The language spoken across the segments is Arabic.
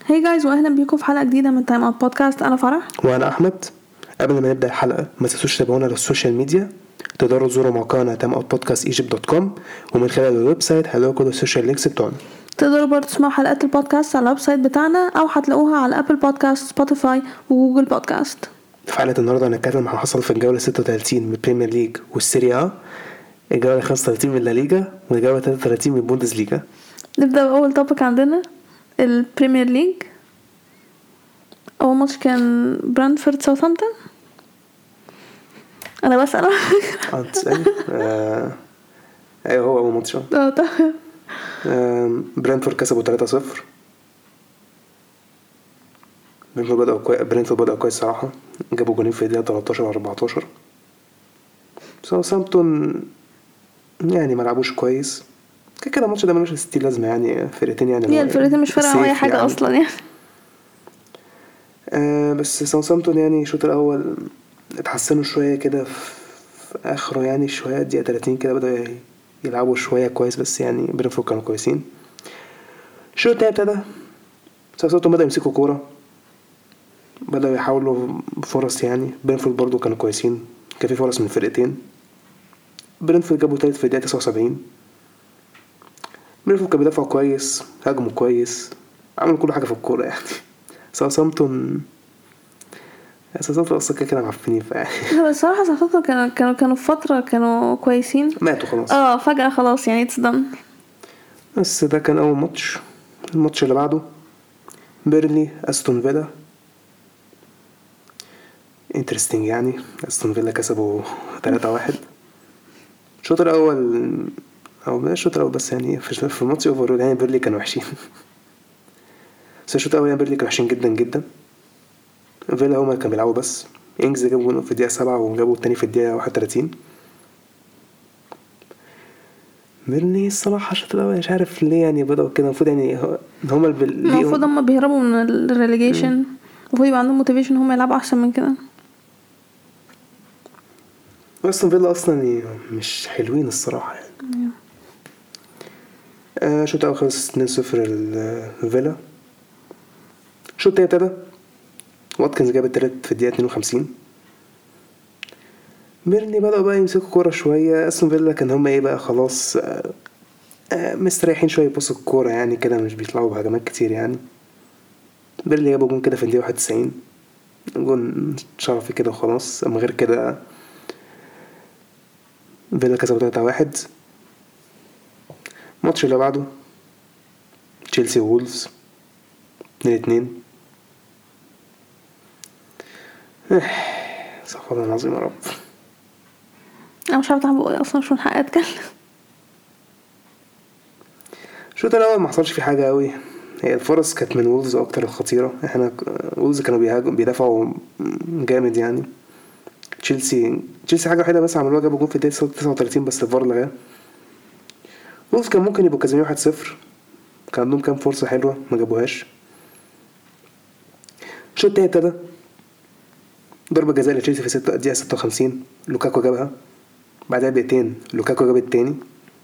هاي جايز واهلا بيكم في حلقه جديده من تايم اوت بودكاست. انا فرح وانا احمد. قبل ما نبدا الحلقه ما تنسوش تتابعونا على السوشيال ميديا. تقدروا تزوروا موقعنا timeoutpodcastegypt.com ومن خلال الويب سايت هتلاقوا كل السوشيال لينكس بتوعنا. تقدروا برضه تسمعوا حلقات البودكاست على الويب سايت بتاعنا او هتلاقوها على ابل بودكاست سبوتيفاي وجوجل بودكاست. في حلقه النهارده هنتكلم عن حصل في الجوله 36 من البريمير ليج والسيريا، الجوله 35 من لا ليجا والجوله 33 من البوندس ليجا. نبدا باول توبيك عندنا البريمير ليج. اول ماتش كان برانتفورد ساوثهامبتون. انا بسأل ايوه هو اول ماتش. برانتفورد كسبوا 3-0. برانتفورد بدأوا كويس صراحه، جابوا جولين في الدقيقه 13 و14. ساوثهامبتون يعني ما لعبوش كويس كده. الماتش ده ملوش ستيل لازمه، يعني فرقتين يعني هي الفرقتين مش فارقه اي حاجه يعني. اصلا يعني بس ساوثهامبتون يعني الشوط الاول اتحسنوا شويه كده في اخره، يعني شويه دقيقه 30 كده بدأوا يلعبوا شويه كويس، بس يعني برينفورد كانوا كويسين. الشوط الثاني ابتدى ساوثهامبتون بدأوا يمسكوا كوره، بدأوا يحاولوا بفرص. يعني برينفورد برضو كانوا كويسين، كان في فرص من فرقتين. برينفورد جابوا ثالث في الدقيقه 79. برينفورد كان بيدافعوا كويس، هاجموا كويس، عملوا كل حاجه في الكوره يعني. ساوثهامبتون اصلا كده معفنين فيعني. لا بس صراحه ساوثهامبتون كانوا في فتره كانوا كويسين، ماتوا خلاص. فجاه خلاص يعني اتس دن. بس ده كان اول ماتش. الماتش اللي بعده بيرلي استون فيلا. انترستينج يعني. استون فيلا كسبوا 3-1. الشوط الاول او مش الشوط الاول بس، يعني في الماتش اوفر يعني بيرلي كانوا وحشين. بس الشوط الاول يعني بيرلي كانوا وحشين جدا جدا. فيلا هما كانوا بيلعبوا بس. انجز جابوا جول في الدقيقه 7 وجابوا الثاني في الدقيقه 31. بيرلي الصراحه الشوط الاول مش عارف ليه يعني بدأوا كده. المفروض يعني هما المفروض هم بيهربوا من الريليجيشن، المفروض يبقى عندهم موتيفيشن هم يلعبوا احسن من كده. استون فيلا اصلا مش حلوين الصراحه يعني. الشوط الاول خلص 2-0 للفيلا. الشوط الثاني ابتدى واتكنز جاب التالت في الدقيقه 52. بيرلي بدأوا بقى يمسكوا كوره شويه. استون فيلا كان هم ايه بقى خلاص مستريحين شويه يبصوا الكوره يعني كده، مش بيطلعوا بهجمات كتير يعني. بيرلي جابوا جون كده في الدقيقه 91، جون شرفي كده وخلاص. اما غير كده فيلا كسبوا 3-1. الماتش اللي بعده تشيلسي وولفز 2-2. استغفر الله العظيم يا رب. انا مش عارفه اقول اصلا مش من حقي اتكلم. الشوط الاول ما حصلش فيه حاجه قوي. هي الفرص كانت من وولفز اكتر الخطيره. احنا وولفز كانوا بيدافعوا جامد يعني. تشيلسي حاجه وحيده بس عملوها، جابوا جون في الدقيقه 39 بس الفار لغاه. وولفز كان ممكن يبقوا كسبانين 1-0، كان عندهم كام فرصه حلوه ما جابوهاش. الشوط الثاني ابتدى ضربه جزاء لتشيلسي في الدقيقه 56، لوكاكو جابها. بعدها بدقيقتين لوكاكو جاب الثاني.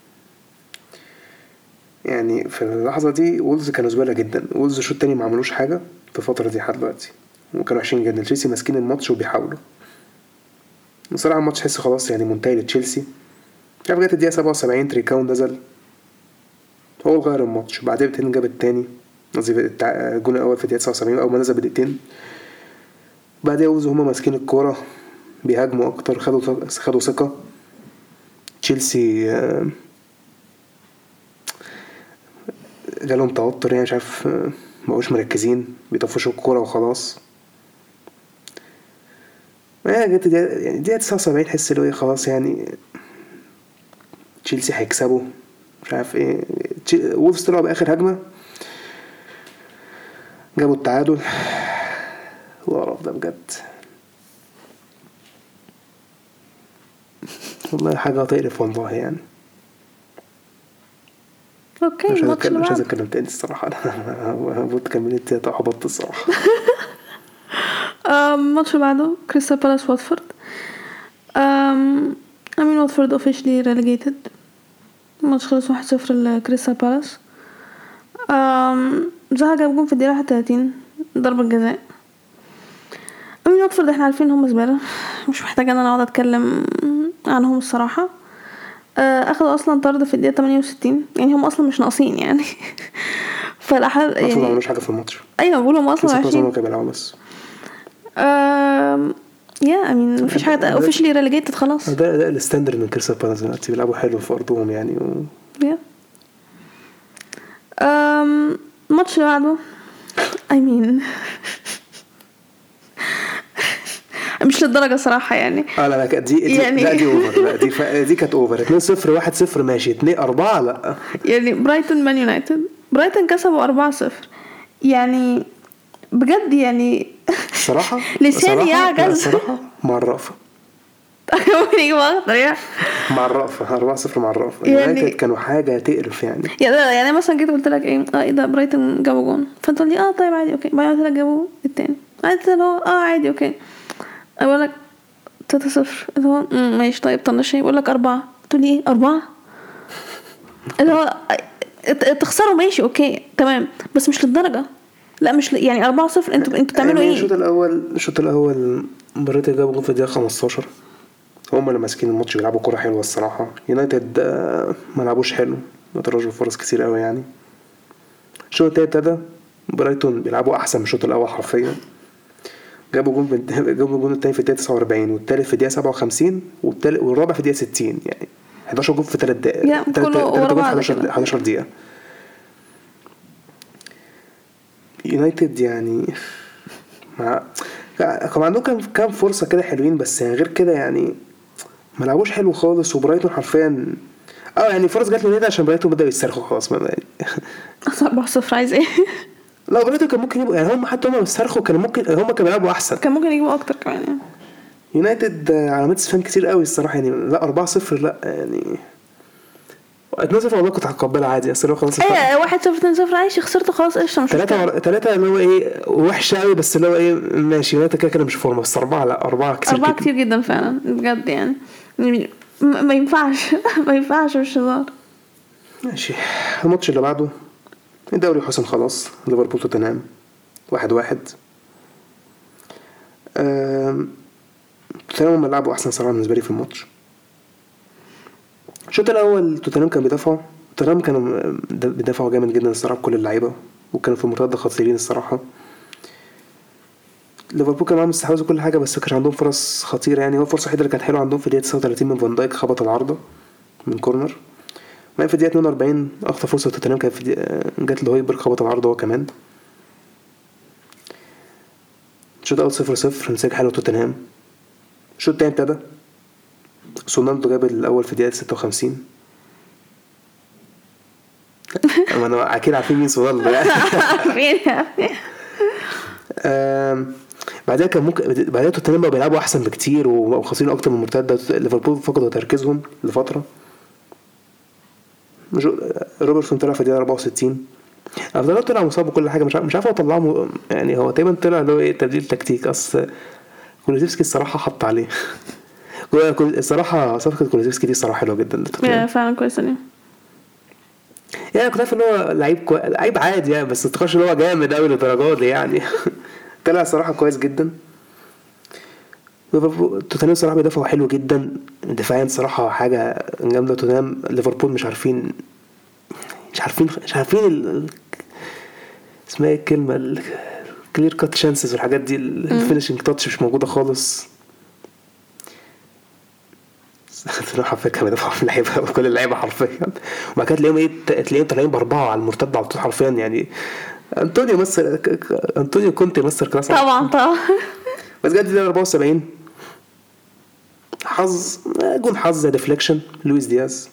يعني في اللحظه دي وولز كانوا زباله جدا. وولز الشوط الثاني ما عملوش حاجه في الفتره دي لحد دلوقتي، وكانوا وحشين جدا. تشيلسي ماسكين الماتش وبيحاولوا. بصراحه الماتش حس خلاص يعني منتهي لتشيلسي. شاف جت الدقيقه 77 تريكاون نزل هو غير الماتش. بعدها بدقيقتين جاب الثاني، قصدي الجون الاول في الدقيقه 79 اول ما نزل بدقيقتين. بعدها وولز هما ماسكين الكوره بيهاجموا اكتر، خدوا ثقه. تشيلسي جالهم توتر يعني، مش عارف مبقوش مركزين، بيطفشوا الكوره وخلاص. ما جت يعني دقيقة 79 حس له ايه خلاص يعني تشيلسي هيكسبوا مش عارف ايه. وولفز طلعوا باخر هجمه جابوا التعادل. القرف ده بجد والله حاجه تقرف والله يعني. اوكي مش عايز اتكلم تاني الصراحه. انا بقول كملت تحبطت الصراحه. الماتش بعده كريستال بالاس واتفورد. واتفورد officially relegated. الماتش خلص 1-0 لكريستال بالاس. زها جاب جون في الدقيقه 31 ضربه جزاء. امين واتفورد احنا عارفين هم زباله، مش محتاجه ان انا اقعد اتكلم عنهم الصراحه. اخذوا اصلا طرد في الدقيقه 68، يعني هم اصلا مش ناقصين يعني. فالاحل يعني ما عملوش حاجه في الماتش. ايوه بقول هم اصلا عايشين بس يا امين مفيش حاجه اوفيشلي ريليجيتد خلاص. ده الستاندرد من كريستال بالاس دلوقتي، بيلعبوا حلو في ارضهم يعني يا الماتش اللي بعده امين مش للدرجه صراحه يعني. لا دي يعني لا دي اوفر، لا دي كانت اوفر. 2-0 1-0 ماشي، 2-4 لا يعني برايتون مان يونايتد، برايتون كسبوا 4-0 يعني بجد يعني صراحه لساني يعجز صراحه مع الرأفة مع الرأفة 4-0 مع الرأفة يعني كانوا حاجه تقرف يعني مثلا جيت قلت لك ايه ده برايتون جابوا جون، فانت تقول لي طيب عادي اوكي، بعدين قلت لك جابوا الثاني عادي اللي هو عادي اوكي، اقول لك 3-0 اللي هو ماشي طيب طنش ايه، اقول لك 4 تقول لي ايه 4 اللي هو تخسروا ماشي اوكي تمام بس مش للدرجه، لا مش يعني 4-0 انتوا بتعملوا ايه. الشوط الاول برايتون جابوا جون في الدقيقه 15، هم اللي ماسكين الماتش بيلعبوا كرة حلوه الصراحه. يونايتد ما لعبوش حلو، ما طرجوا فرص كتير قوي يعني. الشوط الثاني ابتدى برايتون بيلعبوا احسن من الشوط الاول حرفيا. جابوا جون الثاني في الدقيقه 49 والثالث في الدقيقه 57 والرابع في الدقيقه 60، يعني 11 جون في 3 دقائق، 11 دقيقه. يونايتد يعني كان عندهم كام فرصه كده حلوين، بس يعني غير كده يعني ما لعبوش حلو خالص. وبرايتون حرفيا يعني فرص جات ليونايتد عشان برايتون بدأوا يسترخوا خلاص يعني 4-0 عايز ايه. لا برايتون كان ممكن يبقوا يعني هم حتى هم استرخوا كانوا ممكن هم كانوا يلعبوا احسن، كان ممكن يجيبوا اكتر كمان يعني. يونايتد علامات استفهام كتير قوي الصراحه يعني. لا 4-0 لا يعني 2-0 والله كنت هتقبلها عادي، اصل خلاص 1-0 2-0 عايش خسرت خلاص قشطه. مش 3 اللي هو ايه وحشه قوي، بس اللي هو ايه ماشي يونايتد كده مش فورمه. بس 4 لا 4 كتير 4 كتير جدا فعلا بجد يعني ما ينفعش ما ينفعش مش هزار. ماشي الماتش اللي بعده الدوري حسم خلاص، ليفربول توتنهام 1-1. توتنهام لعبوا احسن صراحه بالنسبه لي في الماتش. الشوط الاول توتنهام كان بيدافعوا، توتنهام كانوا بيدافعوا جامد جدا الصراحه بكل اللعيبه، وكانوا في المرتده خطيرين الصراحه. ليفربول كان معاهم استحواذ وكل حاجه، بس كانش عندهم فرص خطيره يعني. هو فرصه وحيده اللي كانت حلوه عندهم في الدقيقه 39 من فان دايك، خبط العارضه من كورنر. ما في الدقيقه 42 اخطر فرصه توتنهام كانت جت لهويبرغ، خبط العارضه هو كمان. الشوط الاول 0-0 نتيجه حلوه توتنهام. الشوط الثاني ابتدى سونالدو جاب الاول في الدقيقه 56. انا اكيد عارفين مين سونالدو يعني. بعدها كان ممكن بعدها توتنهام بيلعبوا احسن بكتير وخاصين اكتر من المرتده. ليفربول فقدوا تركيزهم لفتره. روبرتسون طلع في الدقيقه 64. افضل طلع مصاب وكل حاجه، مش عارف اطلعه يعني. هو تقريبا طلع اللي هو ايه تبديل تكتيك. اصل كولوسيفسكي الصراحه حط عليه الصراحه صفقه كولوسيفسكي دي صراحه حلوه جدا فعلا كويسه يعني. كنت عارف ان هو لعيب عادي يعني، بس تخش ان هو جامد قوي للدرجه دي يعني. طلع صراحه كويس جدا. توتنهام صراحه بيدافعوا حلو جدا دفاعيا صراحه حاجه جامده. توتنهام ليفربول مش عارفين اسمها الكلمه كلير كات شانسز والحاجات دي. الفينيشنج تاتش مش موجوده خالص صراحه. فكره بيدافعوا في اللعيبه كل اللعيبه حرفيا. وما كانت تلاقيهم طالعين باربعه على المرتد على طول حرفيا يعني. انطونيو كونتي مستر كلاس طبعا بس جد ده 74 حظ ديفليكشن لويس دياز.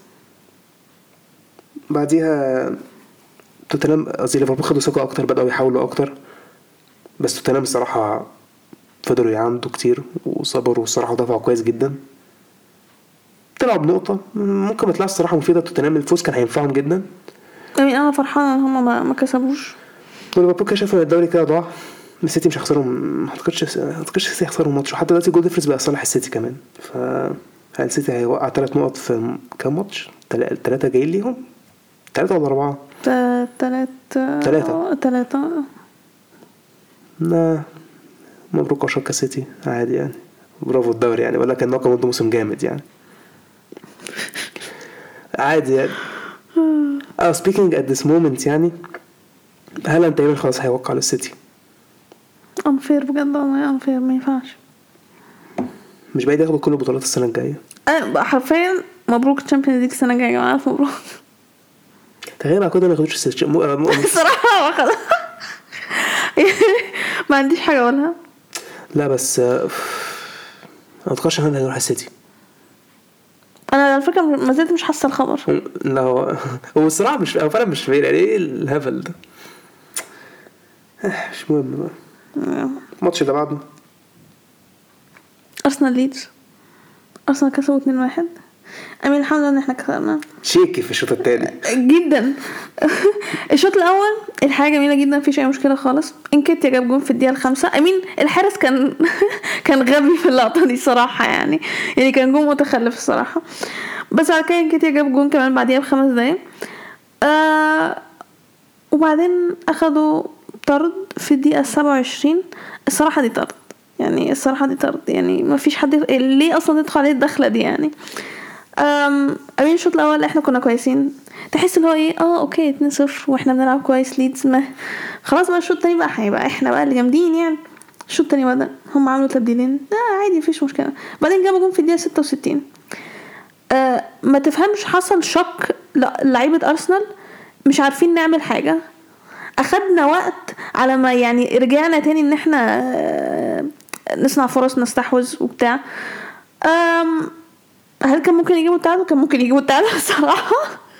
بعديها توتنهام قصدي ليفربول خدوا ثقه اكتر، بداوا يحاولوا اكتر. بس توتنهام الصراحه فضلوا يعاندوا كتير وصبروا الصراحه ودافعوا كويس جدا. طلعوا بنقطه ممكن ما تطلعش الصراحه مفيده. توتنهام الفوز كان هينفعهم جدا يعني. انا فرحانه ان هم ما كسبوش. ليفربول كشف ان الدوري كده ضاع. السيتي مش هيخسروا، ما اعتقدش يخسروا الماتش. حتى دلوقتي جول ديفرنس بقى صالح السيتي كمان. السيتي هيوقع 3 نقط في كام ماتش؟ 3 جايين ليهم 3 ولا 4؟ 3. لا مبروك اشوكا سيتي عادي يعني، برافو الدوري يعني، ولا كان كان موسم جامد يعني عادي يعني. speaking at this moment يعني، هل انت تقريبا خلاص هيوقع على السيتي؟ انفير بجد والله، انفير ما ينفعش. مش بعيد ياخدوا كل البطولات السنه الجايه. حرفيا مبروك الشامبيونز ليج السنه الجايه يا جماعه، مبروك. تخيل بقى كده ما ياخدوش السيتي الصراحه ما عنديش حاجه اقولها. لا بس ما اتوقعش ان هيروح السيتي. انا على فكره ما زلت مش حاسه الخبر. لا هو الصراحه مش فعلا مش فاهم يعني ايه الهبل ده. مش مهم بقى. الماتش اللي بعده ارسنال ليدز. ارسنال كسبوا 2-1. امين الحمد لله ان احنا كسبنا. شيكي في الشوط الثاني جدا. الشوط الاول الحاجه جميله جدا، مفيش اي مشكله خالص. انكيتيا جاب جون في الدقيقه 5. امين الحارس كان كان غبي في اللقطه دي صراحه يعني كان جون متخلف الصراحه. بس على كده انكيتيا جاب جون كمان بعديها ب5 دقايق. وبعدين اخدوا طرد في الدقيقه 27. الصراحه دي طرد يعني، الصراحه دي طرد يعني، ما فيش حد ليه اصلا يدخل عليه الدخله دي يعني. امين الشوط الاول احنا كنا كويسين، تحس ان هو ايه اوكي 2-0 واحنا بنلعب كويس ليدز، ما خلاص بقى الشوط الثاني بقى هيبقى احنا بقى اللي جامدين يعني. الشوط الثاني بدا هم عملوا تبديلين عادي مفيش مشكله. بعدين جابوا جون في الدقيقه 66. ما تفهمش حصل شك لعيبه ارسنال، مش عارفين نعمل حاجه. اخدنا وقت على ما يعني رجعنا تاني ان احنا نصنع فرص نستحوذ وبتاع. هل كان ممكن يجيبوا التعادل؟ كان ممكن يجيبوا التعادل الصراحه.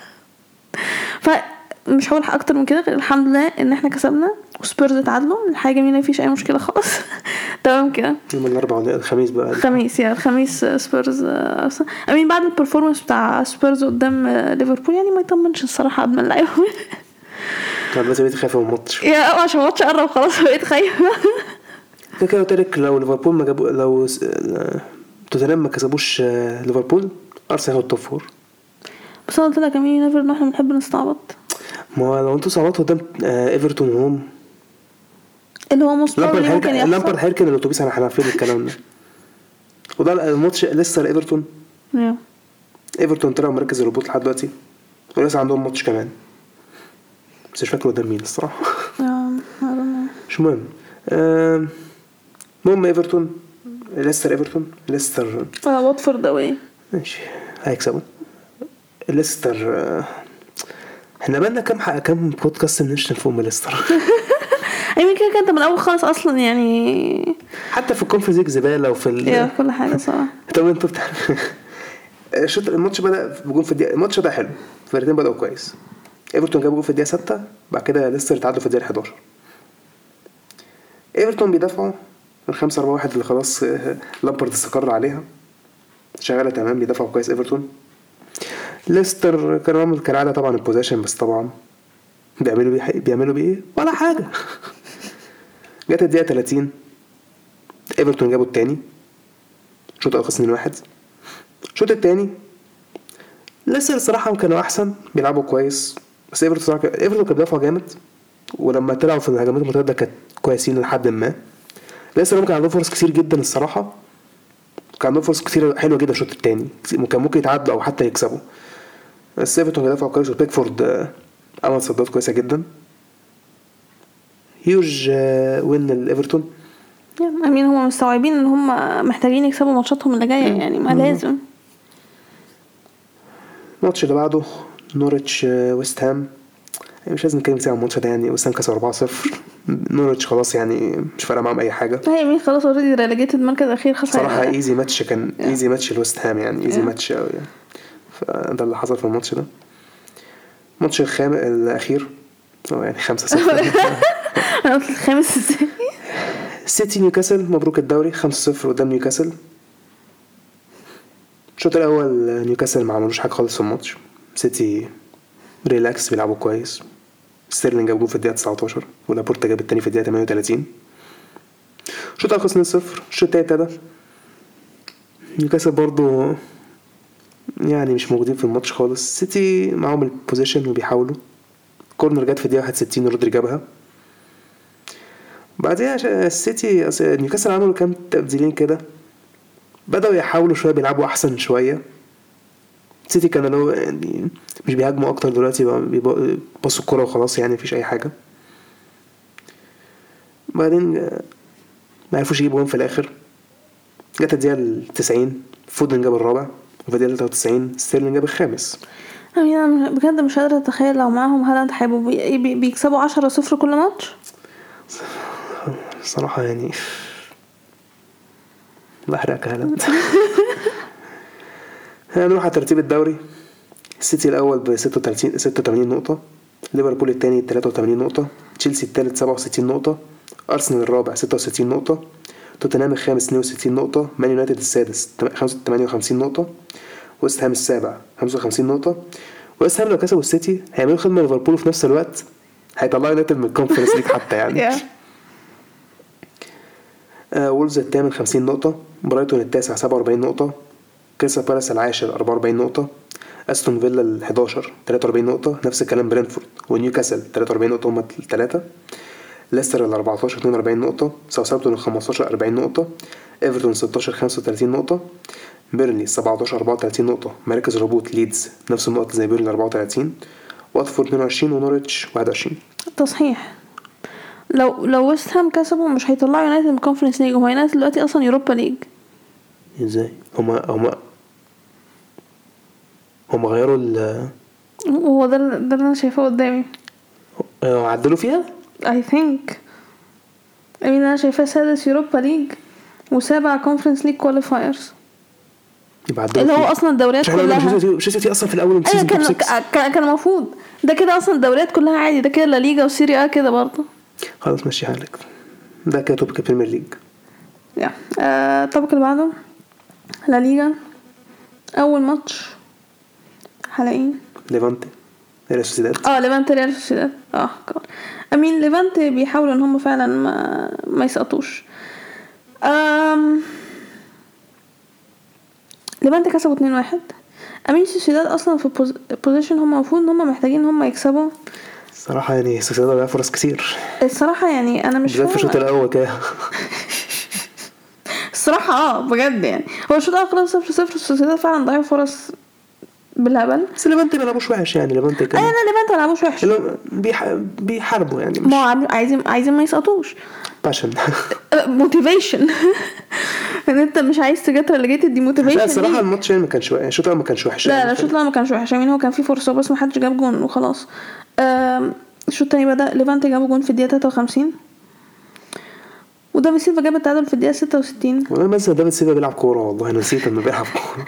فمش هقول اكتر من كده. الحمد لله ان احنا كسبنا وسبيرز اتعادلوا، الحاجه جميله مفيش اي مشكله خالص. تمام كده. يوم الاربعاء ولا الخميس بقى؟ الخميس سبيرز امين بعد البرفورمانس بتاع سبيرز قدام ليفربول يعني ما يطمنش الصراحه قبل ما نلعب. طب لازم بقيت خايفه من الماتش يا عشان الماتش قرب خلاص بقيت خايفه. كده قلت لك لو ليفربول ما جابوا، لو توتنهام ما كسبوش ليفربول، ارسنال هياخد توب 4. بس انا قلت لك امين نيفر ان احنا بنحب نستعبط. ما هو لو انتوا صعبتوا قدام ايفرتون وهم اللي هو مستوى ممكن يحصل. لامبارد هيركن الاتوبيس، انا هنعرفين الكلام ده. وده الماتش لسه ايفرتون. ايفرتون طلعوا مركز الهبوط لحد دلوقتي ولسه عندهم ماتش كمان، بس مش فاكر قدام مين الصراحه. مش مهم. المهم ايفرتون ليستر واتفورد اوي ماشي هيكسبوا ليستر. احنا بقالنا كام بودكاست بنشتم فوق ليستر. ايمن كده انت من اول خالص اصلا يعني، حتى في الكونفرنس ليج زباله وفي كل حاجه صراحه. طب انتوا الشوط الماتش بدا بجون في الدقيقه، الماتش ده حلو، الفريقين بداوا كويس. ايفرتون جابوا في الدقيقه 6، بعد كده ليستر تعادلوا في الدقيقه 11. ايفرتون بيدافعوا من 5-4-1 اللي خلاص لامبارد استقر عليها شغاله تمام، بيدافعوا كويس ايفرتون. ليستر كانوا عامل كالعاده طبعا البوزيشن، بس طبعا بيعملوا بايه ولا حاجه. جت الدقيقه 30 ايفرتون جابوا الثاني، شوط اخص 2-1. الشوط الثاني ليستر الصراحه كانوا احسن، بيلعبوا كويس، بس ايفرتون كان بيدافعوا جامد، ولما طلعوا في الهجمات المرتده كانت كويسين لحد ما. ليستر كان عندهم فرص كتير جدا الصراحه، كان عندهم فرص كتير حلوه جدا الشوط الثاني، كان ممكن يتعادلوا او حتى يكسبوا، بس ايفرتون بيدافعوا كويس. وبيكفورد عمل صدات كويسه جدا. هيوج وين الايفرتون. امين هم مستوعبين ان هم محتاجين يكسبوا ماتشاتهم اللي جايه يعني، ما لازم. الماتش اللي بعده نوريتش ويست هام، مش لازم نتكلم عن الماتش ده يعني، ويست هام كسب 4-0. نوريتش خلاص يعني مش فارقه معاهم اي حاجه. امين خلاص اوريدي ريليجيتد المركز الاخير خلاص. صراحه ايزي ماتش، كان ايزي ماتش الويست هام يعني، ايزي ماتش قوي يعني. فده اللي حصل في الماتش ده. الماتش الاخير هو يعني 5-0. الخامس ازاي؟ سيتي نيوكاسل، مبروك الدوري 5-0 قدام نيوكاسل. الشوط الاول نيوكاسل ما عملوش حاجه خالص في الماتش، سيتي ريلاكس بيلعبوا كويس. ستيرلينج جاب جول في الدقيقه 19 ولابورتا جاب الثاني في الدقيقه 38. الشوط الاول 2-0. الشوط الثاني ابتدى نيوكاسل برضو يعني مش موجودين في الماتش خالص. سيتي معاهم البوزيشن وبيحاولوا. كورنر جت في الدقيقة 61 رودري جابها. بعدها السيتي نيوكاسل عملوا كام تبديلين كده، بدأوا يحاولوا شوية، بيلعبوا أحسن شوية. سيتي كانوا يعني مش بيهاجموا أكتر دلوقتي، بيبصوا الكرة وخلاص، يعني مفيش أي حاجة. بعدين ما عرفوش يجيبوا في الآخر. جت الدقيقة 90 فودن جاب الرابع، وفي الدقيقة 93 ستيرلينج جاب الخامس. أنا بجد مش قادرة أتخيل لو معاهم هالاند هيبقوا بيكسبوا 10-0 كل ماتش. صراحة يعني بحرق هالاند. هنروح على ترتيب الدوري. السيتي الأول ب 86 نقطة، ليفربول الثاني 83 نقطة، تشيلسي الثالث 67 نقطة، أرسنال الرابع 66 نقطة، توتنهام الخامس 62 نقطة، مان يونايتد السادس 58 نقطة، ويست هام السابع 55 نقطة. ويست هام لو كسبوا السيتي هيعملوا خدمة ليفربول في نفس الوقت، هيطلعوا يونايتد من الكونفرنس ليج حتى يعني. وولفز الثامن 50 نقطة، برايتون التاسع 47 نقطة، كريستال بالاس العاشر 44 نقطة، استون فيلا ال11 43 نقطة، نفس الكلام برينتفورد ونيوكاسل 43 نقطة هم الثلاثة، ليستر ال14 42 نقطة، ساوثهامبتون ال15 40 نقطة، ايفرتون 16 35 نقطة، بيرنلي 17 34 نقطة، مركز الهبوط ليدز نفس النقط زي بيرنلي 34، واتفورد 22 ونوريتش 21. تصحيح، لو ويست هام كسبوا مش هيطلعوا يونايتد من الكونفرنس ليج، وهو يونايتد دلوقتي اصلا يوروبا ليج. ازاي هم غيروا هو ده اللي انا شايفاه قدامي. عدلوا فيها I think انا شايفاه سادس يوروبا ليج وسابع كونفرنس ليج كواليفايرز، اللي هو اصلا الدوريات كلها مش اصلا في الاول كان المفروض ده كده اصلا الدوريات كلها عادي، ده كده لا ليجا وسيريا كده برضه. خلاص ماشي حالك، ده كده توبك البريمير ليج. الطبق اللي بعده لا ليجا. اول ماتش حلقين ليفانتي ريال سوسيداد. ليفانتي ريال سوسيداد. ليفانتي بيحاولوا ان هم فعلا ما يسقطوش. ليفانتي كسبوا 2-1. سوسيداد اصلا في بوزيشن هم المفروض ان هم محتاجين ان هم يكسبوا. الصراحه يعني سوسيداد ضيع فرص كتير الصراحه، يعني انا مش فاهم في الشوط الاول كده. الصراحه بجد يعني هو الشوط الاول 0-0 سوسيداد فعلا ضيع فرص بالهبل. بس ليفانتي ما لعبوش وحش يعني. ليفانتي كان ليفانتي ما لعبوش وحش، بيحاربوا يعني، مش عايزين ما يسقطوش. باشن موتيفيشن. ان انت مش عايز تجتر اللي جيت دي موتيفيشن. لا الصراحه الماتش يعني ما كانش وحش، الشوط ما كانش وحش. لا الشوط ما كانش وحش، هو كان فيه فرصه بس ما حدش جاب جون وخلاص. الشوط الثاني بدا ليفانتي جاب جون في الدقيقه 53 ودافيد سيلفا جاب التعادل في الدقيقه 66. والله مثلا دافيد سيلفا بيلعب كوره، والله انا نسيت انه بيلعب كوره.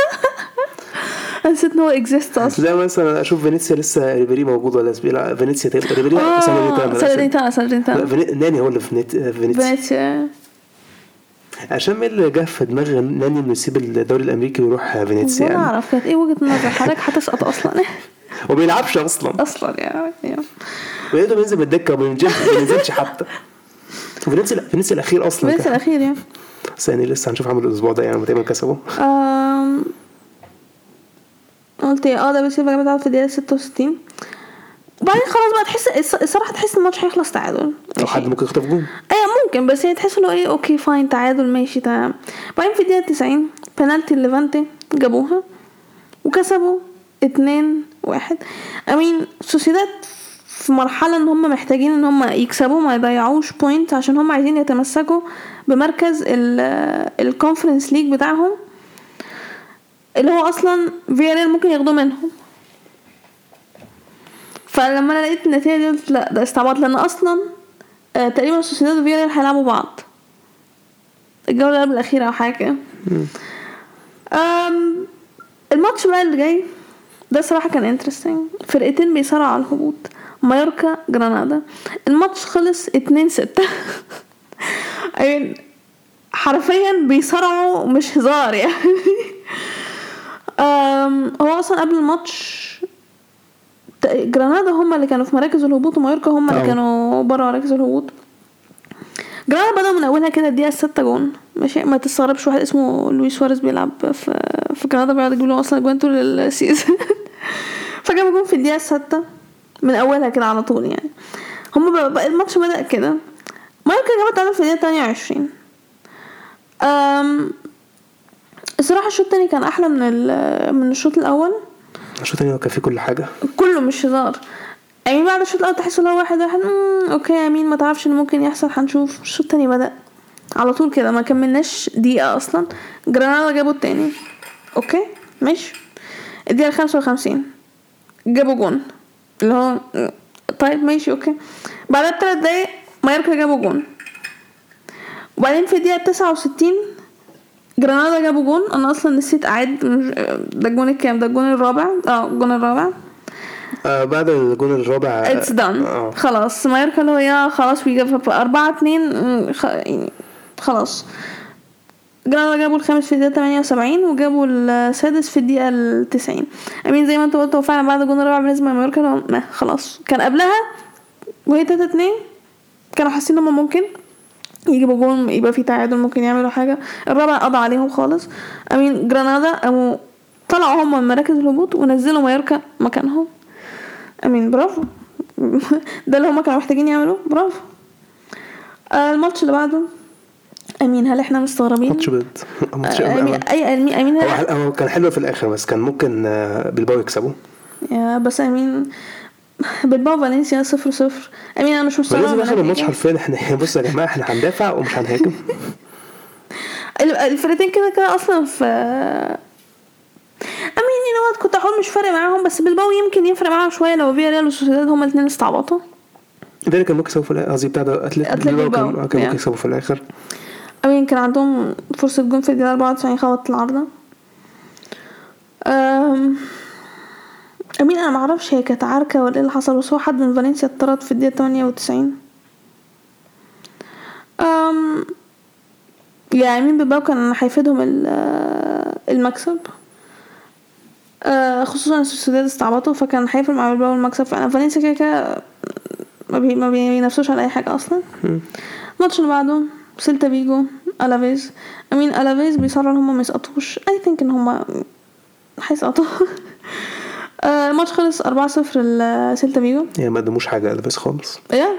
نسيت انه اكزيست اصلا. زي مثلا اشوف فينيسيا لسه ريبيري موجود ولا بيلعب فينيسيا تبقى ريبيري سالدينتانا ناني هو اللي في فينيسيا. عشان مين اللي جه في دماغ ناني انه يسيب الدوري الامريكي ويروح فينيسيا؟ يعني اعرف كانت ايه وجهه نظر حضرتك هتسقط اصلا. هو بيلعبش اصلا يعني ويقدر ينزل من الدكه وما ينزلش حتى. فينيسيا الاخير اصلا، فينيسيا الاخير يعني ثاني لسه هنشوف عمل الاسبوع ده يعني متى كسبوا. قلت ده بس يبقى جابت في الدقيقه 66 وبعدين خلاص بقى تحس الصراحه الماتش هيخلص تعادل او حد ممكن يخطف جون. ممكن، بس هي تحس انه اوكي فاين تعادل ماشي تمام. بعدين في الدقيقه 90 بنالتي ليفانتي جابوها وكسبوا 2-1. سوسيداد في مرحله ان هم محتاجين ان هم يكسبوا ما يضيعوش بوينت عشان هم عايزين يتمسكوا بمركز الكونفرنس ليج بتاعهم اللي هو اصلا فياريال ممكن ياخدوه منهم. فلما انا لقيت النتيجه دي قلت لا ده استعباط، لان اصلا تقريبا سوسيداد وفياريال هيلعبوا بعض الجوله قبل الاخيره او حاجه. الماتش بقى اللي جاي ده صراحه كان انترستينج. فرقتين بيصارعوا على الهبوط، مايوركا جرانادا. الماتش خلص 2-6. حرفيا بيصارعوا مش هزار يعني. هو اصلا قبل الماتش جرانادا هم اللي كانوا في مراكز الهبوط ومايوركا هم اللي كانوا بره مراكز الهبوط. جرانادا بدأوا من اولها كده الدقيقه 6 جون ماشي. ما تستغربش واحد اسمه لويس سواريز بيلعب في كندا بيقعد يجيب لهم اصلا جوان طول السيزون. فجابوا جون في الدقيقه 6 من اولها كده على طول يعني. هم بقى الماتش بدأ كده. مايكل جابت تعادل في الدقيقه 22. الصراحه الشوط الثاني كان احلى من الشوط الاول. الشوط الثاني كان فيه كل حاجه كله مش هزار. يعني بعد الشوط الاول تحس ان هو 1-1 اوكي يا مين ما تعرفش اللي ممكن يحصل هنشوف. الشوط الثاني بدأ على طول كده ما كملناش دقيقه اصلا جرانادا جابوا الثاني. اوكي ماشي. الدقيقه 55 جابوا جون اللي هو طيب ماشي اوكي. بعد 3 دقايق مايوركا جابوا جون. وبعدين في الدقيقه 69 جرانادا جابوا جون. انا اصلا نسيت اعد ده الجون الكام. ده الجون الرابع. الجون الرابع. بعد الجون الرابع اتس دان. خلاص مايوركا اللي هي خلاص بيجيب 4-2 خلاص. جرانادا جابوا الخامس في الدقيقه 78 وجابوا السادس في الدقيقه 90. امين زي ما انت قلت. وفعلا بعد الجون الرابع بالنسبه لمايوركا خلاص كان قبلها وهي 3-2 كانوا حاسين انهم ممكن يجيبوا جون يبقى في تعادل ممكن يعملوا حاجه. الرابع قضى عليهم خالص. امين جرانادا طلعوا هم من مراكز الهبوط ونزلوا مايوركا مكانهم. امين برافو. ده اللي هم كانوا محتاجين يعملوه. برافو. الماتش اللي بعده امين هل احنا مستغربين ماتش امين هو كان حلو في الاخر بس كان ممكن بلباو يكسبوا بس امين بلباو فالنسيا 0-0. امين انا مش مستغرب لازم اخر الماتش حرفيا احنا بصوا يا جماعه احنا هندافع ومش هنهاجم. الفرقتين كده اصلا في امين كنت اقول مش فارق معاهم بس بلباو يمكن يفرق معاهم شويه لو فياريال وسوسيداد هما الاثنين استعبطوا. ده كان ممكن يكسبوا في الاخر. قصدي بتاع ده اتلتيكو كان ممكن يكسبوا في الاخر. امين كان عندهم فرصه جون في الدقيقه 94 خبط العارضه. امين انا ما اعرفش هي كانت عركه ولا ايه اللي حصل بس هو حد من فالنسيا اتطرد في الدقيقه 98. يا امين بلباو كان هيفيدهم المكسب خصوصا السوسيداد استعبطوا فكان هيفرق مع بلباو المكسب. فانا فالنسيا كده ما بينافسوش على اي حاجه اصلا. الماتش اللي بعده سيلتا فيجو ألافيز. امين ألافيز بيصروا ان هم ما يسقطوش. اي ثينك ان هم هيسقطوا. الماتش خلص 4-0 لسيلتا فيجو. يعني ما قدموش حاجه ألافيز خالص.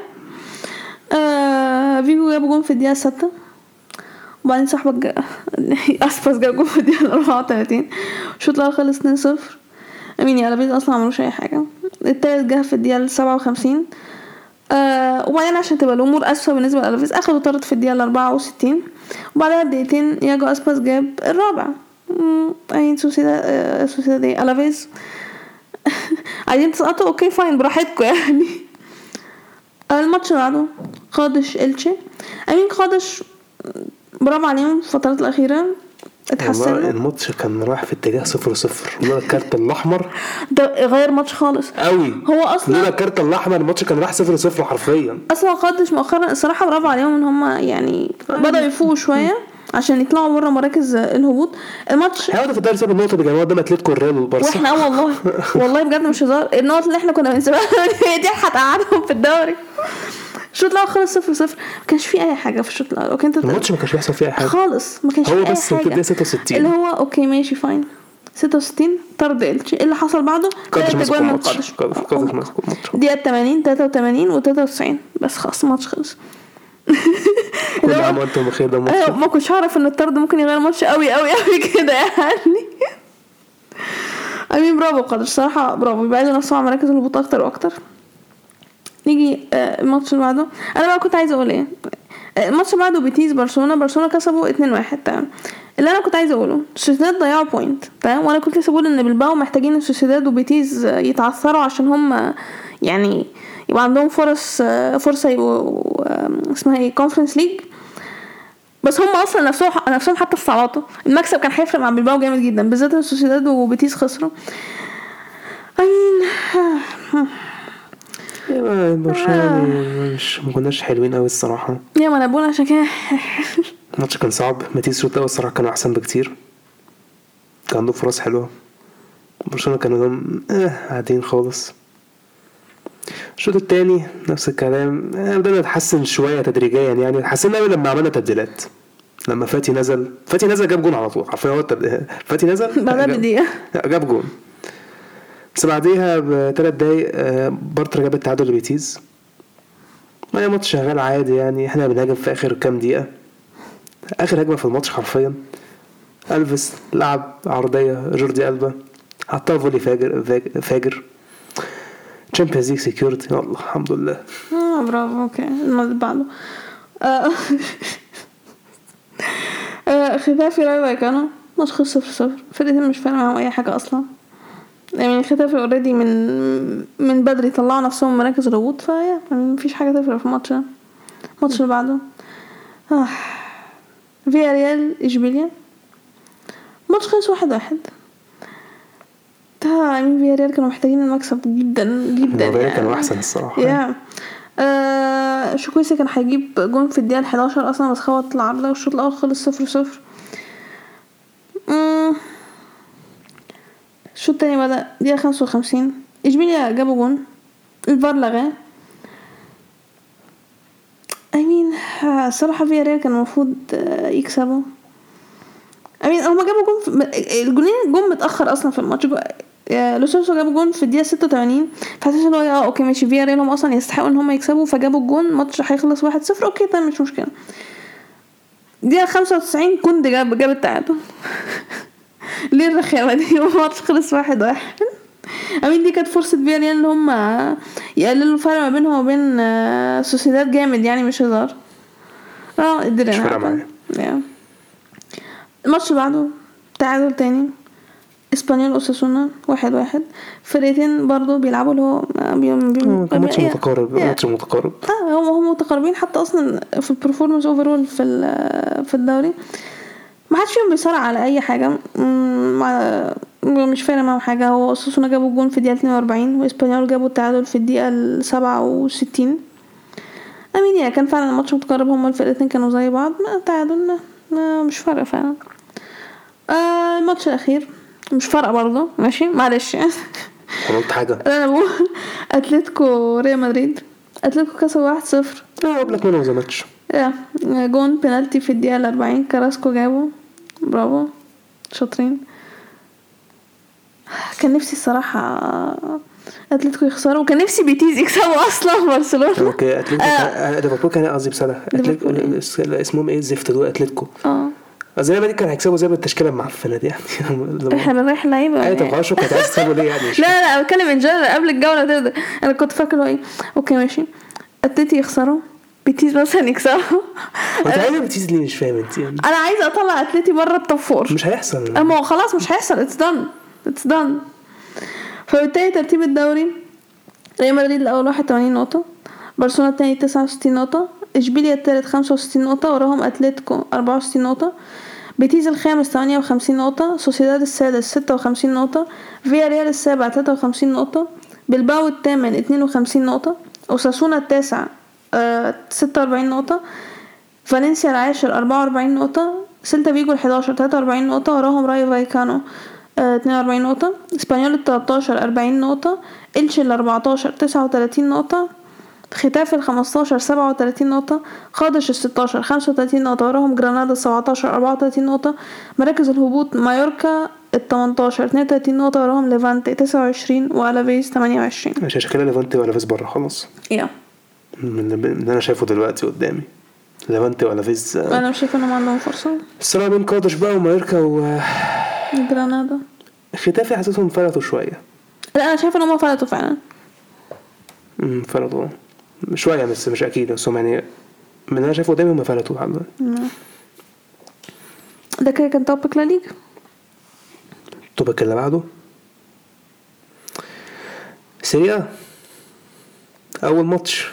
فيجو جابوا جون في الدقيقه 6 وبعدين صاحبك اسباس جاب جون في الدقيقه 34. الشوط الاول خلص 2-0. امين يا ألافيز اصلا ما عملوش اي حاجه. الثالث جه في الدقيقه 57 وبعدين عشان تبقى الامور اسهل بالنسبه لألافيز اخدوا طرد في الدقيقه 64 وبعدها بدقيقتين ياجو اسباس جاب الرابع. اين سوسيداد ألافيز عايزين تسقطوا اوكي فاين براحتكم يعني. الماتش اللي بعده قادش إلتشي. امين قادش برافو عليهم في الفترات الاخيره اتحسن. الماتش كان رايح في اتجاه 0-0 لولا الكارت الاحمر ده غير ماتش خالص قوي. هو اصلا لولا الكارت الاحمر الماتش كان راح 0-0 حرفيا. اصلا قادش مؤخرا الصراحه برافو عليهم ان هم يعني بدأوا يفوقوا شويه عشان يطلعوا بره مراكز الهبوط. الماتش هياخدوا في الدوري 7 نقطه بجماعه قدام اتلتيكو والريال والبارسا. واحنا والله بجد مش هزار. النقط اللي احنا كنا بنسيبها دي هتقعدهم في الدوري. الشوط الاول خلص 0-0 ما كانش فيه اي حاجه في الشوط الاول. اوكي انت الماتش ما كانش بيحصل فيه اي حاجه خالص. ما كانش فيه اي حاجه. هو بس 66 اللي هو اوكي ماشي فاين 66 طرد إلتشي. اللي حصل بعده 3 اجوان من قادش. دقيقه 80 83 و93 بس خلاص الماتش خلص. كل عام وانتم بخير. ده ماتش ما كنتش عارف ان الطرد ممكن يغير الماتش قوي كده يعني. امين برافو قادش صراحه برافو. بيبعدوا نفسهم عن مراكز الهبوط اكتر واكتر. نيجي الماتش اللي بعده. انا بقى كنت عايزه اقول ايه. الماتش اللي بعده بيتيز برشلونه كسبوا 2-1 تمام. اللي انا كنت عايزه اقوله سوسيداد ضيعوا بوينت تمام. وانا كنت لسه بقول ان بلباو محتاجين السوسيداد وبيتيز يتعثروا عشان هم يعني يبقى عندهم فرصه يبقوا اسمها ايه كونفرنس ليج. بس هم اصلا نفسهم حتى استعبطوا. المكسب كان هيفرق مع بلباو جامد جدا بالذات السوسيداد وبيتيز خسروا. برشلونة مش ما كناش حلوين قوي الصراحه. ما انا بقول عشان كده الماتش كان صعب. ماتيس شوت اول الصراحه كانوا احسن بكتير. كان عندهم فرص حلوه. برشلونه كانوا قاعدين خالص. الشوط الثاني نفس الكلام. بدأنا نتحسن شويه تدريجيا يعني حسينا قوي لما عملنا تبديلات. لما فاتي نزل جاب جون على طول عارفين هو فاتي نزل بعدها بدقيقة جاب جون. بس بعديها ب3 دقايق بارتر جاب التعادل لبيتيز. ما ماتش شغال عادي يعني. احنا بنهاجم في اخر كام دقيقة. اخر هجمة في الماتش حرفيا ألفيس لعب عرضية جوردي ألبا حطها فولي فاجر تشامبيونز ليج سيكيورتي. والله الحمد لله. برافو. اوكي الماتش بعده ختافي راي بايكانو ماتش خلص 0-0. فرقتين مش فارقة معهم اي حاجة اصلا يعني. ختافي اوريدي من بدري طلعوا نفسهم مراكز الهبوط فيا يعني مفيش حاجة تفرق في الماتش ده. الماتش اللي بعده فياريال اشبيليا ماتش خلص 1-1. يعني فياريال كانوا محتاجين المكسب جدا يعني. كانوا احسن الصراحة يا شوكويسي كان هيجيب جون في الدقيقة 11 اصلا بس خبط العرضة والشوط الاول خلص 0-0. الشوط التاني بدأ دقيقة 55 اشبيليا جابوا جون الفار لغاه. الصراحة فياريال كان المفروض يكسبوا. هما جابوا جون الجونين جون متأخر اصلا في الماتش. لوسيلسو جابوا جون في الدقيقة 86 فحسيت انه اوكي ماشي فياريال هم اصلا يستحقوا ان هم يكسبوا فجابوا الجون ماتش هيخلص 1-0 اوكي تمام مش مشكلة. دقيقة 95 كوندي جاب التعادل ليه الرخامة دي الماتش خلص 1-1. دي كانت فرصة فياريال ان هم يقللوا الفرق ما بينهم وبين سوسيداد جامد يعني مش هزار. قدرنا الماتش بعده تعادل تاني اسبانيول اوساسونا 1-1. فرقتين برضو بيلعبوا اللي هو ماتش متقارب. هم متقاربين حتى اصلا في البرفورمانس اوفرول في الدوري ما حدش فيهم بيصارع على اي حاجه. مش فارق معاهم حاجه. هو اوساسونا جابوا الجون في الدقيقه 42 واسبانيول جابوا التعادل في الدقيقه 67. كان فعلا الماتش متقارب. هم الفرقتين كانوا زي بعض تعادل مش فارق فعلا. الماتش الاخير مش فارقه برضه ماشي معلش قلت حاجه. انا بقول اتلتيكو ريال مدريد. اتلتيكو كسبوا 1-0. قبلك منهم زي ماتش جون بينالتي في الدقيقه 40 كاراسكو جابه. برافو شاطرين. كان نفسي الصراحه اتلتيكو يخسروا وكان نفسي بيتيز يكسبوا اصلا برشلونه. اوكي اتلتيكو ليفربول كان قصدي بصراحه اتلتيكو اسمهم ايه الزفت دول اتلتيكو زي ما دي كان هيكسبوا زي التشكيله المعفنه دي يعني. احنا رايح لعيبه طب خلاص كنت عايز تكسبوا ليه يعني لا بتكلم من جد قبل الجوله تبدا. انا كنت فاكره ايه اوكي ماشي اتلتيكو يخسروا بيتيز مثلا يكسبوا. انت عايزه بيتيز ليه مش فاهم انت يعني. انا عايزه اطلع اتلتيكو بره التوب فور. مش هيحصل اما خلاص مش هيحصل. اتس دان. فبالتالي ترتيب الدوري ريال مدريد الاول 81 نقطه برشلونه الثاني 69 نقطه اشبيليا الثالث 65 نقطه وراهم اتلتيكو 64 نقطه بيتيز الخامس 58 نقطة سوسيداد السادس 56 نقطة فياريال السابع 53 نقطة بلباو الثامن 52 نقطة اوساسونا التاسع 46 نقطة فالنسيا العاشر 44 نقطة سيلتا فيجو 11 43 نقطة وراهم رايو فايكانو 42 نقطة اسبانيول 13 40 نقطة إلشي 14 39 نقطة ختافي 15 37 نقطة قادش 16 35 نقطة وراهم جرانادا 17 34 نقطة مراكز الهبوط مايوركا 18 32 نقطة وراهم ليفانتي 29 وألافيز 28. مش شكلها ليفانتي وألافيز برا خلاص من انا شايفه دلوقتي قدامي ليفانتي وألافيز. انا مش شايفه انهم عندهم فرصه الصراحه بين قادش بقى ومايوركا جرانادا. ختافي حسيتهم فلتوا شويه. لا انا شايفه انهم فلتوا فعلا فلتوا شويه بس مش اكيد بس يعني من انا شايفه قدامي هم فلتوا حبه. ده كان توبك لا ليج. التوبك اللي بعده سيريا اول ماتش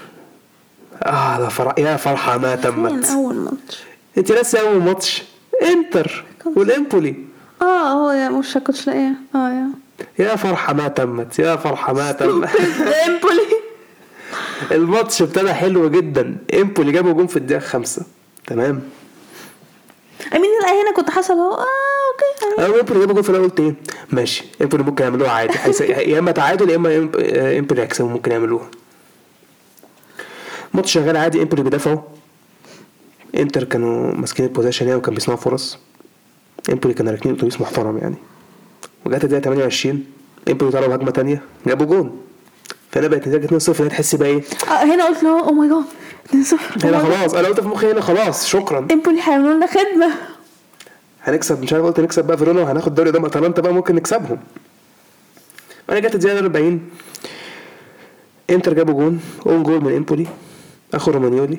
يا فرحه ما تمت. اول ماتش انت لسه اول ماتش انتر والامبولي. هو يا مش كنتش لاقيه يا فرحه ما تمت امبولي. الماتش ابتدى حلو جدا. امبولي جابوا جون في الدقيقه 5 تمام. هنا كنت حاسه اوكي امبولي جابوا جون في الاول ايه ماشي. امبولي ممكن يعملوها عادي يا اما تعادل يا اما امبولي يكسبوا ممكن يعملوها. ماتش شغال عادي. امبولي بيدافعوا انتر كانوا ماسكين البوزيشن يعني وكان بيصنعوا فرص. امبولي كانوا راكنين اتوبيس محترم يعني. وجات الدقيقه 28 امبولي طلعوا هجمه تانية جابوا جون، فانا بقت نتيجه 2-0. تحس بقى ايه هنا قلت له او ماي جاد 2-0 هنا خلاص. انا قلت في مخي هنا خلاص شكرا امبولي هيعملوا لنا خدمه، هنكسب. مش عارف قلت نكسب بقى فيرونا وهناخد الدوري قدام اتلانتا بقى ممكن نكسبهم. انا جت الدقيقه 40 انتر جابوا جون اون جول من امبولي اخو رومانيولي.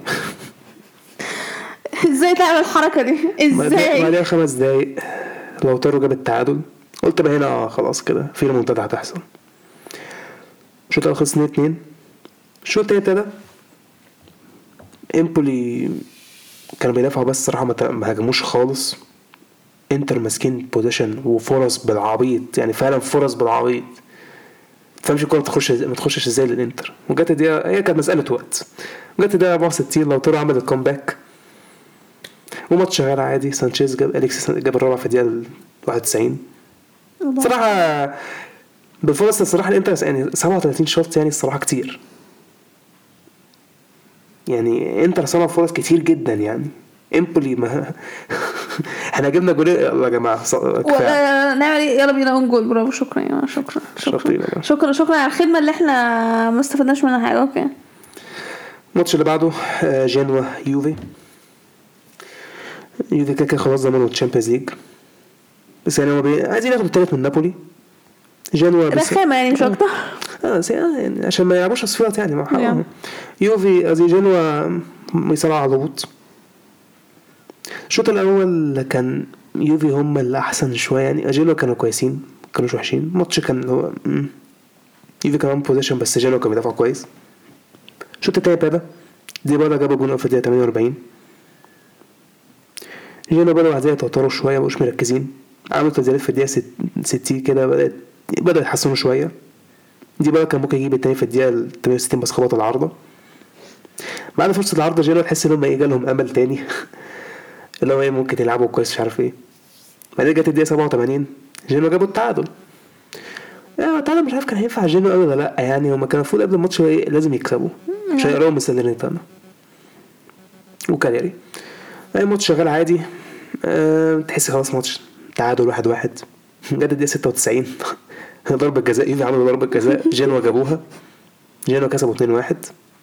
ازاي تعمل الحركه دي ازاي؟ بعدها 5 دقايق لوتارو جاب التعادل. قلت بقى هنا خلاص كده في ريمونتادا هتحصل. الشوط الاول خلص 2-2. الشوط الثاني ابتدى امبولي كانوا بيدافعوا بس صراحه ما هاجموش خالص. انتر ماسكين بوزيشن وفرص بالعبيط يعني فعلا فرص بالعبيط. فمش الكوره ما تخشش ازاي للانتر. وجت الدقيقه هي كانت مساله وقت. جت الدقيقه 64 لوتارو عمل الكومباك وماتش شغال عادي. سانشيز جاب اليكسيس جاب الرابع في الدقيقه 91. صراحه بالفرص الصراحه الانتر يعني 37 شوط يعني الصراحه كتير يعني. انتر صنع فرص كتير جدا يعني. امبولي ما احنا جبنا جول يلا يا جماعه نعمل ايه يلا بينا اون جول. برافو شكرا يا شكرا على الخدمه اللي احنا ما استفدناش منها حاجه. اوكي الماتش اللي بعده جنوا يوفي كده خلاص ضمنوا الشامبيونز ليج بس يعني هم عايزين ياخدوا الثالث من نابولي. جنوا رخامه يعني مش اكتر يعني عشان ما يلعبوش اصفيات يعني ما يوفي زي جنوا يصنعوا على الهبوط. الشوط الاول كان يوفي هم اللي احسن شويه يعني. جنوا كانوا كويسين كانوا وحشين. الماتش كان هو يوفي كمان بوزيشن بس جنوا كان بيدافع كويس. الشوط الثاني ابتدى دي بقى جابوا جون في الدقيقه 48. جنوا بدأوا عايزين يتوتروا شويه مش مركزين. عملوا تبديلات في الدقيقه 60 كده بدأوا يتحسنوا شويه. دي بقى كان ممكن يجيب الثاني في الدقيقه 68 بس خبط العارضه. بعد فرصه العارضه جنوا تحس انهم يجي لهم امل تاني اللي هو ايه ممكن يلعبوا كويس مش عارف ايه. بعدين جت الدقيقه 87 جنوا جابوا التعادل. التعادل مش عارف كان هينفع جنوا قوي ولا لا يعني. هما كانوا المفروض قبل الماتش لازم يكسبوا مش هيقراهم بالسلرينيتانا وكاليري. الماتش شغال عادي. تحس خلاص ماتش تعادل 1-1. جت الدقيقه 96 ضربه جزاء يوفي عملوا ضربه جزاء جنوا جابوها. جنوا كسبوا 2-1.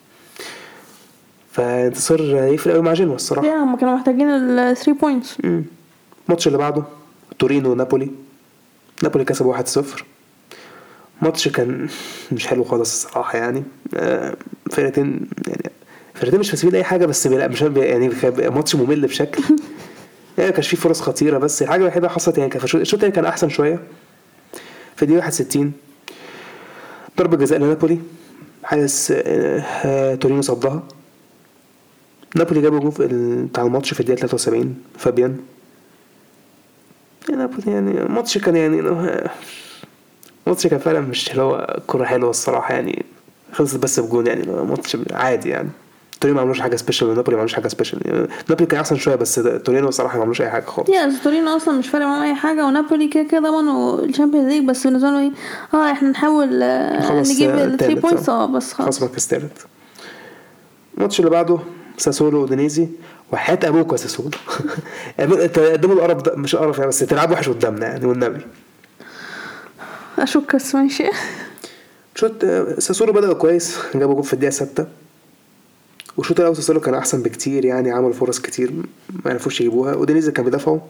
فانتصار يفرق قوي مع جنوا الصراحه. هم كانوا محتاجين ال 3 بوينتس. الماتش اللي بعده تورينو نابولي كسبوا 1-0. ماتش كان مش حلو خالص الصراحه يعني. فرقتين مش فاسدين اي حاجه بس مش يعني ماتش ممل بشكل يعني. كانش فيه فرص خطيره بس الحاجه الوحيده حصلت يعني كان الشوط الثاني كان احسن شويه. في دي 61 ضربه جزاء لنابولي حارس تورينو صدها. نابولي جابوا جول بتاع الماتش في الدقيقه 73 فابيان. نابولي يعني الماتش كان يعني الماتش كان فعلا مش اللي هو كرة حلوه الصراحه يعني. خلصت بس بجون يعني ماتش عادي يعني. تورينو ما عملوش حاجه سبيشال ونابولي ما عملوش حاجه سبيشال يعني. نابولي كان احسن شويه بس تورينو الصراحه ما عملوش اي حاجه خالص. تورينو اصلا مش فارق معاهم اي حاجه ونابولي كده ضمنوا الشامبيونز ليج بس بالنسبه له ايه احنا نحاول نجيب ال 3 بوينتس بس خلاص مركز ثالث. الماتش اللي بعده ساسولو اودينيزي. وحياة ابوك وساسولو تقدموا القرف ده مش قرف يعني بس تلعبوا وحش قدامنا يعني والنبي اشك بس ماشي. شوط ساسولو بدأوا كويس جابوا جول في الدقيقه 6. والشوط الاول ساسولو كان احسن بكتير يعني. عملوا فرص كتير ما عرفوش يجيبوها. اودينيزي كان بيدافعوا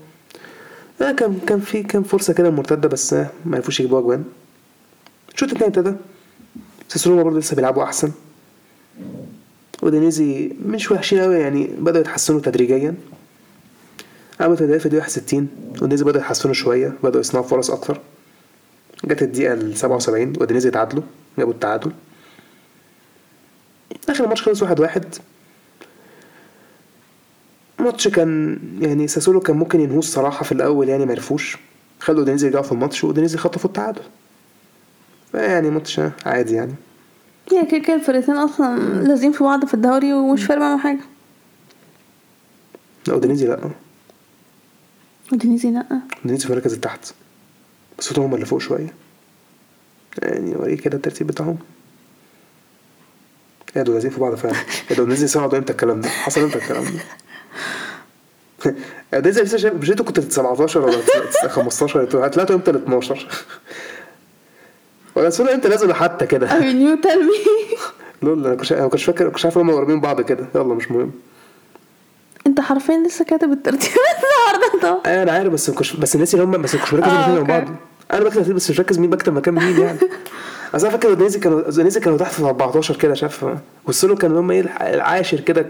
كان فرصه كده مرتده بس ما عرفوش يجيبوها جوان. الشوط الثاني ابتدى ساسولو برضه لسه بيلعبوا احسن. اودينيزي مش وحشين قوي يعني بدأوا يتحسنوا تدريجيا. عملوا تدريجيا في الدقيقه 61 اودينيزي بدأوا يتحسنوا شويه بدأوا يصنعوا فرص اكتر. جت الدقيقه 77 اودينيزي تعادلوا جابوا التعادل. اخر الماتش خلص 1-1. الماتش كان يعني ساسولو كان ممكن ينهوه الصراحه في الاول يعني ما عرفوش. خلوا اودينيزي يرجعوا في الماتش واودينيزي خطفوا التعادل. يعني ماتش عادي يعني. كده الفرقتين اصلا لازم في بعض في الدوري ومش فارق معاهم حاجه. اودينيزي لا اودينيزي في مركز التحت بس هم اللي فوق شويه يعني. وريه كده الترتيب بتاعهم دول لازم في بعض فعلا. اودينيزي صعدوا امتى الكلام ده حصل امتى الكلام ده ده زي لسه مش انتوا كنتوا 17 ولا 15 هتلاقوا امتى 12 ولا سنه امتى نازل حتى كده نيو تيل مي. لول انا كنتش فاكر، كنتش عارف هم قريبين بعض كده. يلا مش مهم. انت حرفيا لسه كاتب الترتيب النهارده. انا عارف بس الناس اللي هم بس كنتش مركز مع بعض. انا بكتب بس مش مركز مين بكتب مكان مين يعني. اصل انا فاكر نيزي كانوا تحت في 14 كده شاف، وصلوا كانوا هم ايه العاشر كده.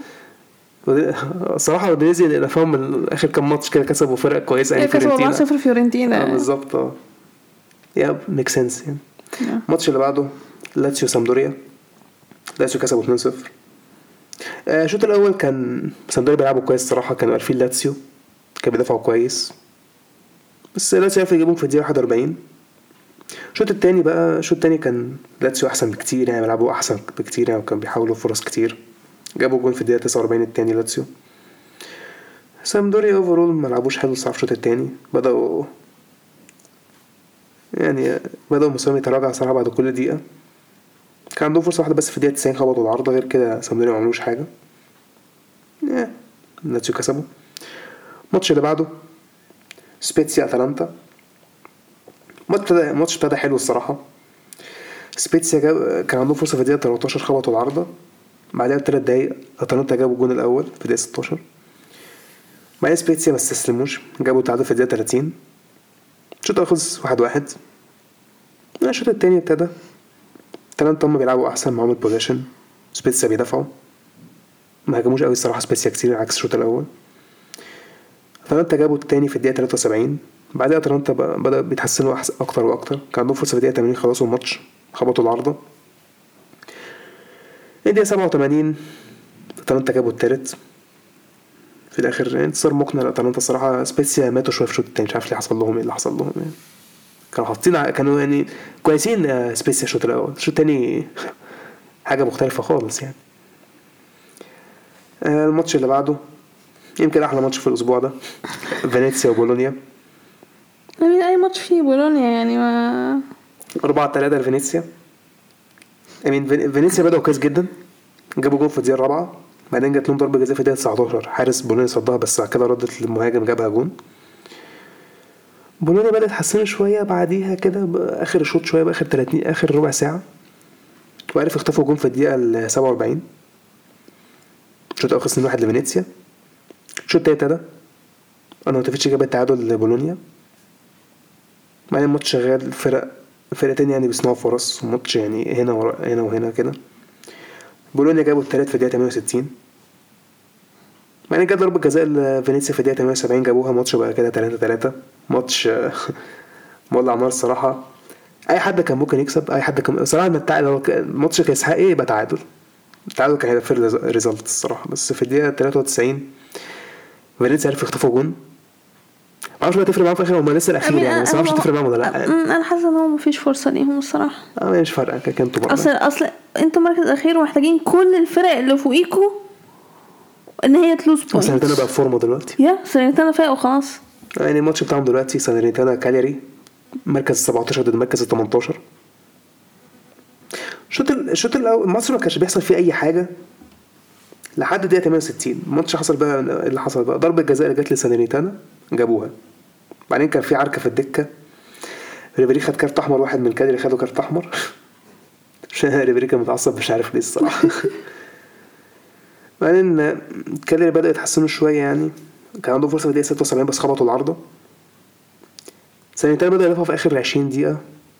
الصراحه نيزي انا فاهم اخر كام ماتش كده كسبوا فرق كويسه يعني كسبوا 4-0 فيورنتينا بالظبط. يا ميك سنس يعني. الماتش اللي بعده لاتسيو سامدوريا. لاتسيو كسبوا 2-0. الشوط الاول كان سامدوريا بيلعبوا كويس الصراحه، كانوا عارفين لاتسيو كانوا بيدافعوا كويس، بس لاتسيو عرف يجيبهم في الدقيقه 41. الشوط الثاني كان لاتسيو احسن بكتير يعني، بيلعبوا احسن بكتير يعني، وكان بيحاولوا فرص كتير. جابوا جون في الدقيقه 49 الثاني لاتسيو. سامدوريا اوفرول ما لعبوش حلو الصراحه. الشوط الثاني بدأوا مستواهم يتراجع صراحه بعد كل دقيقه. كان عندهم فرصه واحده بس في الدقيقه 90 خبطوا العارضه، غير كده سامدوريا ما عملوش حاجه. لاتسيو كسبوا. الماتش اللي بعده سبيتسيا اتلانتا. الماتش ابتدى حلو الصراحه. سبيتسيا كان عندهم فرصه في الدقيقه 13 خبطوا العارضه. بعدها ب3 دقايق اتلانتا جابوا الجون الاول في الدقيقه 16. بعدين سبيتسيا ما استسلموش، جابوا التعادل في الدقيقه 30. الشوط خلص 1-1. الشوط الثاني ابتدى اتلانتا هم بيلعبوا احسن، معاهم البوزيشن. سبيتسيا بيدافعوا، ما هاجموش قوي الصراحه سبيتسيا كتير عكس الشوط الاول. اتلانتا جابوا الثاني في الدقيقه 73. بعدها اتلانتا بدأ بيتحسنوا اكتر واكتر. كان عندهم فرصه في الدقيقه 80 خلصوا الماتش، خبطوا العارضه. الدقيقه 87 اتلانتا جابوا الثالث في الاخر. انتصار مقنع لاتلانتا الصراحه. سبيتسيا ماتوا شويه في الشوط الثاني، مش عارف ليه حصل لهم ايه اللي حصل لهم يعني. كانوا يعني كويسين سبيسيا الشوط الاول. الشوط الثاني حاجه مختلفه خالص يعني. الماتش اللي بعده يمكن احلى ماتش في الاسبوع ده فينيسيا وبولونيا. اي ماتش فيه بولونيا يعني ما 4-3 لفينيسيا. فينيسيا بدأوا كويس جدا، جابوا جول في الدقيقه 4. بعدين جات لهم ضربه جزاء في الدقيقه 19، حارس بولونيا صدها بس كده ردت للمهاجم جابها جون. بولونيا بدأت تحسن شويه بعديها كده اخر الشوط شويه باخر 30 اخر ربع ساعه، وعرف يخطفوا جون في الدقيقه 47. الشوط الاول خلص 2-1 لفينيسيا. الشوط الثاني ابتدى انا متفقش جاب التعادل لبولونيا. بعدين الماتش شغال، فرقتين يعني بيصنعوا فرص، الماتش يعني هنا وهنا كده. بولونيا جابوا الثالث في الدقيقه 68. بعدين جت ضربه جزاء لفينيسيا في الدقيقه 78 جابوها. ماتش بقى كده 3-3. ماتش مولع نار الصراحه. اي حد كان ممكن يكسب، اي حد كان صراحه. الماتش كان يستحق ايه يبقى تعادل. التعادل كان هيبقى في الريزلت الصراحه. بس في الدقيقه 93 فينيسيا عرف يخطفوا جون. معرفش بقى تفرق معاهم في الاخر، هم لسه الاخير يعني، بس معرفش تفرق معاهم ولا لا. انا حاسه ان هو مفيش فرصه ليهم الصراحه. مش فارقه كان انتوا برضه اصل انتوا مركز اخير ومحتاجين كل الفرق اللي فوقيكوا ان هي تلوز بوينت. سانريتانا بقى في فورمه دلوقتي. سانريتانا فايق وخلاص يعني. الماتش بتاعهم دلوقتي سانريتانا كالياري مركز 17 ضد مركز 18. الشوط الاول الماتش ما كانش بيحصل فيه اي حاجه لحد الدقيقه 68. الماتش حصل بقى اللي حصل بقى ضربه جزاء اللي جت لسانريتانا جابوها. بعدين كان في عركه في الدكه. ريبيري خد كارت احمر، واحد من كالياري خدوا كارت احمر عشان ريبيري كان متعصب مش عارف ليه الصراحه. بعدين كالياري بدأ يتحسنوا شويه يعني، كان عنده فرصه في الدقيقه 76 بس خبطوا العارضه. سانريتانا بدأ يلفوا في اخر 20 دقيقه،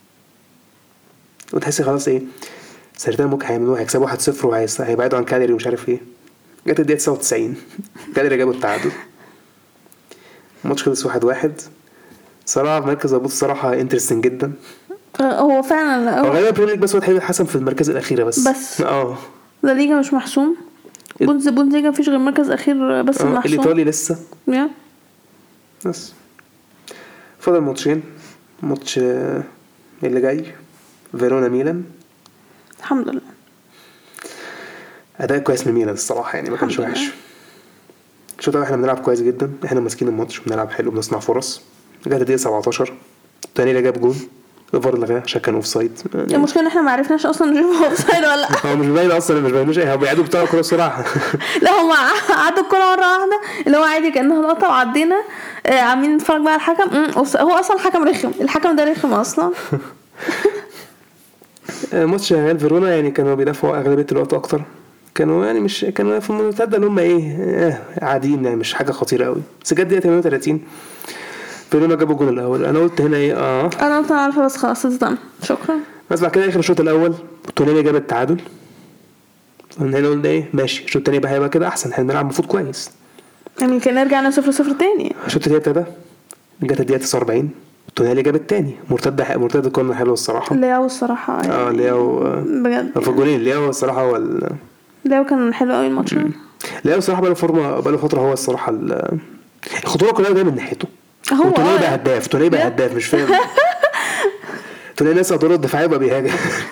وتحس خلاص ايه سانريتانا ممكن هيعملوها، هيكسبوا 1-0 وهيبعدوا عن كالياري ومش عارف ايه. جت الدقيقه 99 كالياري جابوا التعادل. الماتش خلص 1-1. صراحه في مركز ابوط الصراحه انترستنج جدا. هو فعلا هو غالبا بريمير ليج بس هو حسم في المركز الاخيره بس لا ليجا مش محسوم. بوندسليجا مفيش غير مركز اخير بس المحسوم. الايطالي لسه بس فاضل ماتشين. ماتش اللي جاي فيرونا ميلان. الحمد لله اداء كويس من ميلان الصراحه يعني، ما كانش وحش. الشوط احنا بنلعب كويس جدا، احنا ماسكين الماتش بنلعب حلو بنصنع فرص. جت الدقيقه 17 تاني اللي جاب جون الفار لغاه عشان كان اوف سايد. المشكله ان احنا ما عرفناش اصلا نشوف اوف سايد ولا لا. هو مش باين اصلا، مش باينوش ايه، هو بيعدوا بتاع الكره بسرعه. لا هم عدوا الكره مره واحده اللي هو عادي كانها لقطه وعدينا. عاملين نتفرج بقى على الحكم. هو اصلا حكم رخم، الحكم ده رخم اصلا. ماتش شغال فيرونا يعني كانوا بيدافعوا اغلبيه الوقت اكتر، كانوا يعني مش كانوا في المرتده اللي هم عاديين يعني مش حاجه خطيره قوي. بس جت دقيقه 38 فيرونا جابوا الجول الاول. انا قلت هنا انا قلت عارفه بس خلاص استنى شكرا. بس بعد كده اخر الشوط الاول تونيلي جاب التعادل. هنا قلنا ماشي الشوط الثاني بقى هيبقى كده احسن، احنا بنلعب المفروض كويس يعني كان نرجع 0-0 تاني. الشوط الثاني ده جت الدقيقه 49 تونيلي جاب الثاني مرتده كنا حلوه الصراحه. لياو الصراحه يعني لياو بجد الفجولين. لياو الصراحه هو لياو كان حلو قوي الماتش. لياو الصراحه بقى له فتره هو الصراحه الخطوره كلها جايه من ناحيته. هو تونيلي بقى هداف مش فاهم. تونيلي لسه دوره الدفاعي بقى بيهاجم.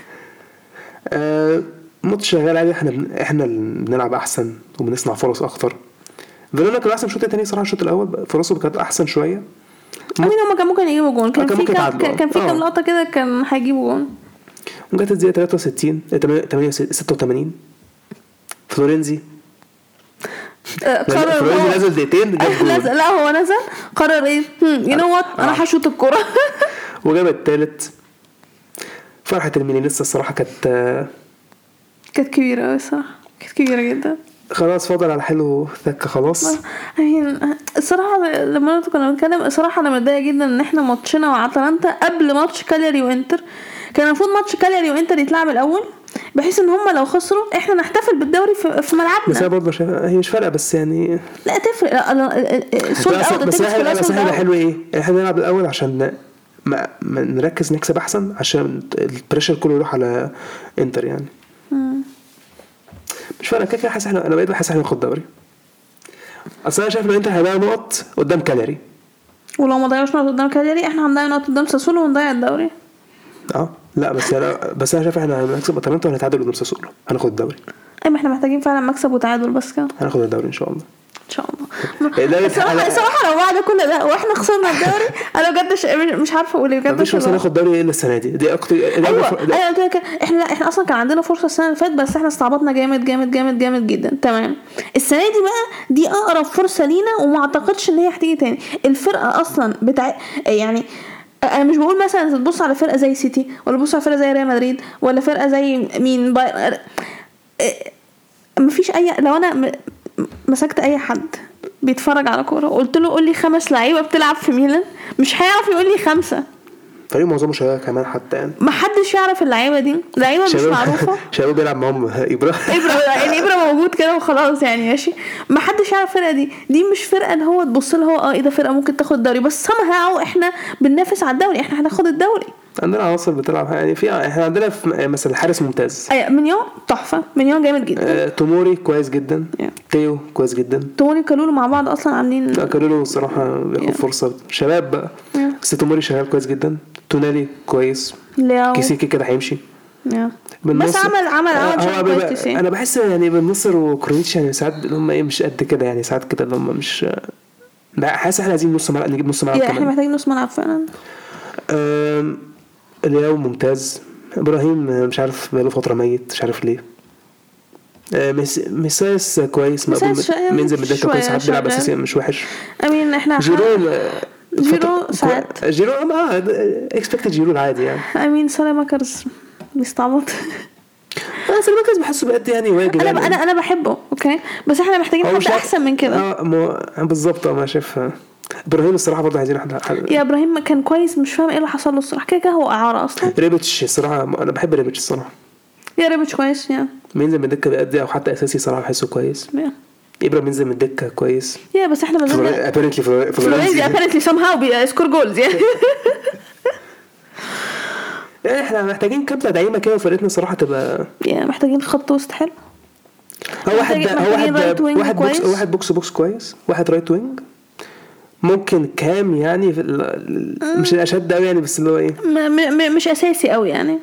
ماتش شغال عادي. احنا اللي بنلعب احسن وبنصنع فرص اكتر. فيرونا كان احسن شوط تاني صراحه. الشوط الاول فرصه كانت احسن شويه. هم كان ممكن يجيبوا جون. كان في كام لقطه كده كان هيجيبوا جون. وجت الدقيقه 63 86 فلورينزي قرر نزل دقيقتين لا هو نزل قرر انا هشوط الكرة. وجاب الثالث. فرحة الميلان لسه الصراحة كانت كبيرة الصراحة، كانت كبيرة جدا. خلاص فاضل على حلو ثكة خلاص. الصراحة لما كنا بنتكلم الصراحة انا متضايقة جدا ان احنا ماتشنا مع اتلانتا قبل ماتش كالياري وانتر. كان المفروض ماتش كالياري وانتر يتلعب الاول بحيث ان هم لو خسروا احنا نحتفل بالدوري في ملعبنا. بس برضه هي مش فارقه بس يعني لا تفرق. بس احنا حلو احنا نلعب الاول عشان ما نركز نكسب احسن عشان البريشر كله يروح على انتر يعني. مش فارقه كده. حاسس انا بقيت بحس احنا ناخد الدوري. اصل انا شايف ان انتر هيضيع نقط قدام كالياري، ولو ما ضيعوش نقط قدام كالياري احنا هنضيع نقط قدام ساسولو ونضيع الدوري. لا بس انا شايف احنا هنكسب اتلانتا ونتعادل قدام ساسولو هناخد الدوري. ما احنا محتاجين فعلا مكسب وتعادل بس كده هناخد الدوري ان شاء الله. ان شاء الله. الصراحه لو بعد كل ده واحنا خسرنا الدوري انا بجد مش عارفه اقول ايه بجد. مش هناخد الدوري الا السنه دي اكتر. احنا اصلا كان عندنا فرصه السنه اللي فاتت بس احنا استعبطنا جامد جامد جامد جامد جدا. تمام السنه دي بقى دي اقرب فرصه لينا وما اعتقدش ان هي هتيجي تاني. الفرقه اصلا يعني انا مش بقول مثلا تبص على فرقه زي سيتي ولا تبص على فرقه زي ريال مدريد ولا فرقه زي مين مفيش اي. لو انا مسكت اي حد بيتفرج على كوره وقلت له قول لي 5 لعيبه بتلعب في ميلان مش هيعرف يقول لي 5. فريق معظمه شباب كمان حتى يعني ما حدش يعرف اللعيبه دي. لعيبه مش معروفه. شباب بيلعب معاهم ابره يعني ابره موجود كده وخلاص يعني ماشي. ما حدش يعرف الفرقه دي مش فرقه ان هو تبص لها ايه ده فرقه ممكن تاخد الدوري بس somehow احنا بننافس على الدوري. احنا هناخد الدوري. عندنا عناصر بتلعب يعني احنا عندنا في مثلا الحارس ممتاز. منيون تحفه. منيون جامد جدا. توموري كويس جدا. تيو كويس جدا. توموري كالولو مع بعض اصلا عاملين. كالولو الصراحه بياخد فرصه شباب بقى. بس توموري شغال كويس جدا. تونالي كويس. كيسيكي كده هيمشي. بس عمل كويس. انا بحس يعني بالنصر وكرونيتش يعني ساعات هم مش قد كده يعني ساعات كده اللي هم مش حاسس احنا عايزين نص ملعب نجيب نص ملعب كمان. احنا محتاجين نص ملعب فعلا. لياو ممتاز. ابراهيم مش عارف بقاله فتره ميت مش عارف ليه. ميساس كويس منزل بالدكه كويس ساعات بيلعب اساسي مش وحش. احنا جيرو ساعات جيرو اكسبكتد جيرو العادي يعني. سلامكرز بيستعبط. سلامكرز بحسه بقد يعني واجب. انا بحبه اوكي بس احنا محتاجين حد احسن من كده. بالظبط. ما شايف ابراهيم الصراحه برضه عايزين حد. يا ابراهيم كان كويس مش فاهم ايه اللي حصل له الصراحه. كده هو اعاره اصلا. ريبيتش الصراحه انا بحب ريبيتش الصراحه. يا ريبيتش كويس يعني بينزل من الدكه بيأدي او حتى اساسي صراحه بحسه كويس. ابراهيم بينزل من الدكه كويس. بس احنا بنزل apparently somehow بيسكور جولز يعني. احنا محتاجين كام تدعيمه كده وفرقتنا الصراحه تبقى محتاجين خط وسط حلو. واحد بوكس كويس. واحد رايت وينج ممكن كام يعني مش الاشد قوي يعني بس اللي هو مش اساسي قوي يعني.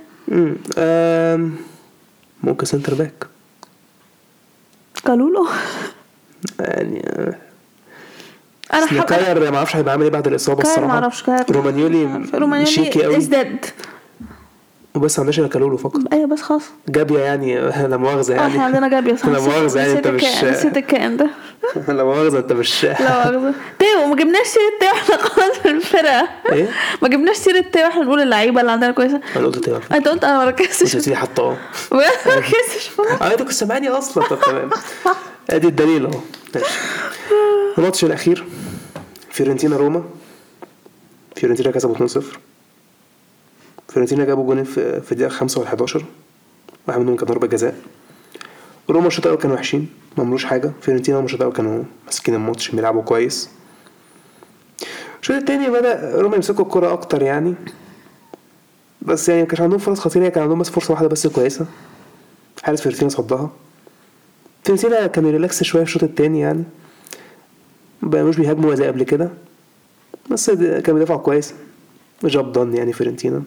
ممكن سنتر باك كالولو يعني. انا كاير ما اعرفش هيبقى عامل ايه بعد الاصابه الصراحه. ما اعرفش رومانيولي شيكي قوي ازداد وبس عندنا كالولو فقط. بس خلاص جابيا يعني لا مؤاخذه يعني احنا عندنا جابيا صح. لا مؤاخذه يعني انت مش نسيت الكائن ده. لا مؤاخذة انت مش لا مؤاخذة تيو، ما جبناش سيرة تيو احنا خلاص في الفرقة. ايه ما جبناش سيرة تيو احنا نقول اللعيبة اللي عندنا كويسة. انا قلت تيو انت قلت انا ما ركزتش. بس حتى ما ركزتش انت كنت سامعني اصلا. طب تمام ادي الدليل اهو. ماشي الماتش الاخير فيورنتينا روما. فيورنتينا كسبوا 2-0. فيورنتينا جابوا جولين في الدقيقة 5 وال11، واحد منهم كان ضربة جزاء. روما الشوط الاول كانوا وحشين ما عملوش حاجة. فيورنتينا الشوط الاول كانوا ماسكين الماتش بيلعبوا كويس. الشوط الثاني بدأ روما يمسكوا الكرة اكتر يعني، بس يعني كانش عندهم فرص خطيرة. كان عندهم بس فرصة واحدة بس كويسة، حارس فيورنتينا صدها. فيورنتينا كانوا ريلاكس شوية في الشوط الثاني يعني، مش بيهاجموا زي قبل كده، بس كان بيدافعوا كويس. جاب ضن يعني فيورنتينا.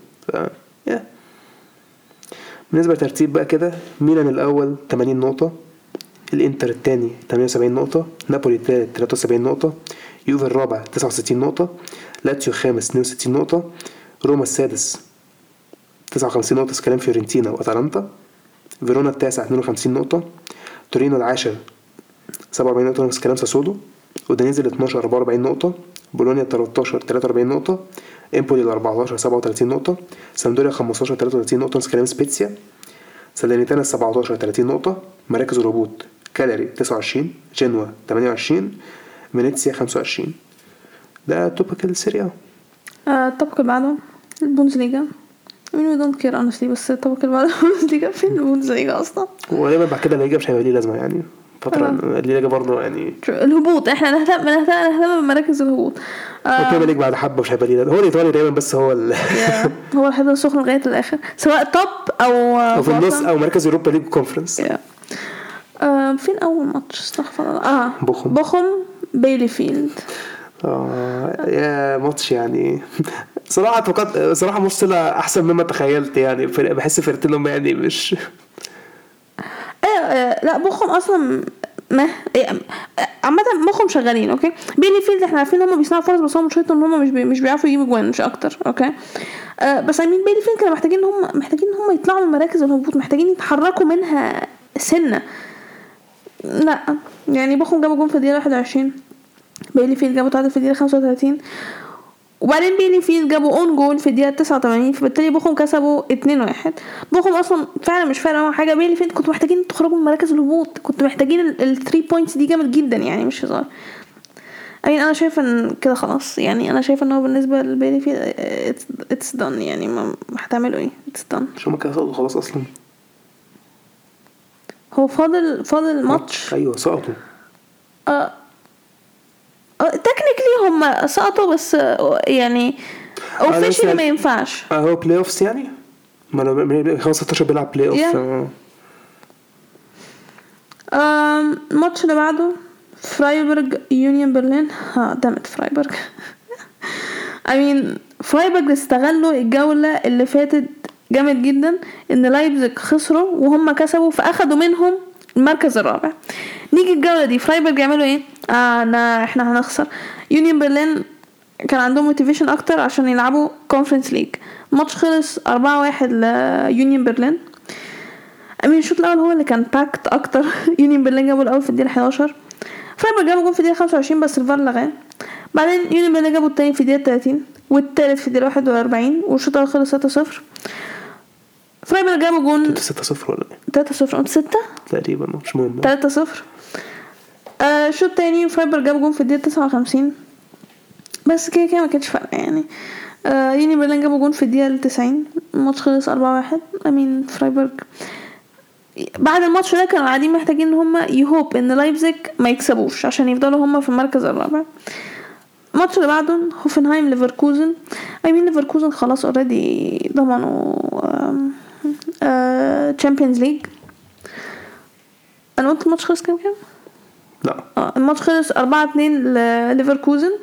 بالنسبة لترتيب بقى كده، ميلان الأول 80 نقطة، الإنتر الثاني 78 نقطة، نابولي الثالث 73 نقطة، يوفي الرابع 69 نقطة، لاتسيو الخامس 62 نقطة، روما السادس 59 نقطة كلام فيورنتينا وأتلانتا، فيرونا التاسع 52 نقطة، تورينو العاشر 47 نقطة كلام ساسولو، ودانيزي ال 12 44 نقطة، بولونيا 13 43 نقطة، امبولي ال 14 37 نقطة، سامدوريا 15 33 نقطة كلام سبيتسيا، ساليرنيتانا 17 30 نقطة. مراكز الهبوط كالاري 29، جنوا 28، فينيسيا 25. ده توبك السيريا. الطبق اللي بعده البوندسليجا. مين دونت كير honestly، بس الطبق اللي بعده البوندسليجا. فين البوندسليجا اصلا؟ وغالبا بعد كده الليجا مش هيبقى ليه لازمة يعني فترة. الليجا برضه يعني الهبوط احنا نهتم بمراكز الهبوط. البريمير ليج بعد حبة مش هيبقى ليه لازمة. هو الإيطالي دايما بس هو هو الحدث السخن لغاية الآخر، سواء توب أو في النص أو مركز أوروبا ليج كونفرنس. فين أول ماتش استغفر الله. بوخم بيلي فيلد. يا ماتش يعني صراحة ماتش أحسن مما تخيلت يعني. بحس فرقتهم يعني مش لا بوخم أصلا ما عامة مخهم شغالين اوكي. بيلي فيلد احنا عارفين هم بيصنعوا فرص، بس هم مشكلتهم ان هم مش بيعرفوا يجيبوا جوان مش اكتر اوكي. بس مين بيلي فيلد كانوا محتاجين ان هم يطلعوا من مراكز الهبوط، محتاجين يتحركوا منها سنة. لا يعني بوخم جابوا جون في الدقيقة 21، بيلي فيلد جابوا تعادل في الدقيقة 35، وبعدين بيلي فيلد جابوا اون جول في الدقيقه 89، فبالتالي بوخم كسبوا 2-1. بوخم اصلا فعلا مش فارقه حاجه. بيلي فيلد كنتوا محتاجين تخرجوا من مراكز الهبوط، كنتوا محتاجين ال3 بوينتس دي جامد جدا يعني مش هزار. انا شايفه ان كده خلاص يعني. انا شايفه ان هو بالنسبه لبيلي فيلد اتس دون يعني. ما هتعملوا ايه؟ اتس دون. مش هم كده خلاص اصلا. هو فاضل ماتش. ايوه سقطوا. تكنيكلي هم سقطوا بس يعني اوفيشلي ما ينفعش. هو بلاي اوفس يعني، ما لو 15 بيلعب بلاي اوف. الماتش اللي بعده فرايبورغ يونيون برلين. دامت فرايبورغ. فرايبورغ استغلوا الجولة اللي فاتت جامد جدا، ان لايبزيج خسروا وهم كسبوا فاخدوا منهم المركز الرابع. نيجي الجولة دي فرايبورغ يعملوا ايه؟ احنا هنخسر. يونيون برلين كان عندهم موتيفيشن اكتر عشان يلعبوا كونفرنس ليج. الماتش خلص 4-1 ليونيون برلين. الشوط الاول هو اللي كان باكت اكتر. يونيون برلين جابوا الاول في الدقيقه 11، فرايبورغ جابوا جول في الدقيقه 25 بس الفار لغاه. بعدين يونيون برلين جابوا الثاني في الدقيقه 30 والثالث في الدقيقه 41 والشوط الاول خلص 3-0. فرايبورغ جابوا جول 6-0 ولا 3-0 6 تقريبا مش مهم 3-0. الشوط الثاني فرايبورغ جابوا جول في الدقيقه 59 بس كده ما كانتش فارقه يعني. يونيون برلين جابوا جول في الدقيقه 90. الماتش خلص 4-1. فرايبورغ بعد الماتش ده كانوا قاعدين محتاجين ان هم يهوب ان لايبزيج ما يكسبوش عشان يفضلوا هم في المركز الرابع. الماتش اللي بعده هوفنهايم ليفركوزن. ليفركوزن خلاص اوريدي ضمنوا تشامبيونز ليج. انا قلت الماتش خلص كام؟ لا الماتش خلص 4-2 لليفركوزن.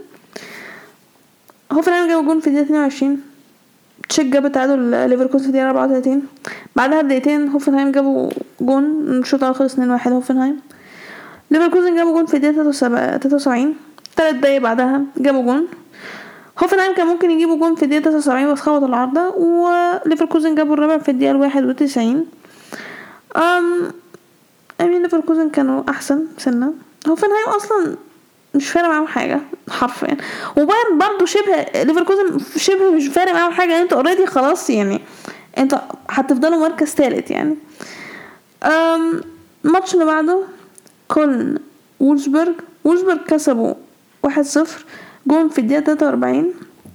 هوفنهايم جابوا جون في الدقيقه 22، تشيك جاب تعادل ليفركوزن في الدقيقه 34. بعدها بدقيقتين هوفنهايم جابوا جون. الشوط الاول خلص 2-1 هوفنهايم. ليفركوزن جابوا جون في الدقيقه 73. 3 دقايق بعدها جابوا جون. هوفنهايم كان ممكن يجيبوا جون في الدقيقه 79 بس خبطوا العارضه، وليفركوزن جابوا الرابع في الدقيقه 91. ليفركوزن كانوا احسن سنه هوفنهايم اصلا مش فارق معاهم حاجه حرفيا. وبايرن برضو شبه ليفركوزن شبه مش فارق معاهم حاجه. انت اوريدي خلاص يعني انت هتفضلوا مركز ثالث يعني. الماتش اللي بعده كولن وولزبرج كسبوا 1-0 جون في الدقيقه 43.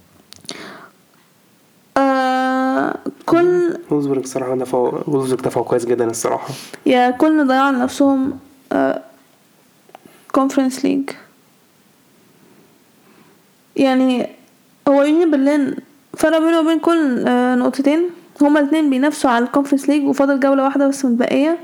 كل وولزبرج صراحه دفعوا كويس جدا الصراحه. يا كل ضيعوا نفسهم كونفرنس ليج يعني. هو يونيون برلين فرق بينه وبين كل نقطتين. هما الاثنين بينافسوا على الكونفرنس ليج وفاضل جوله واحده بس متبقيه.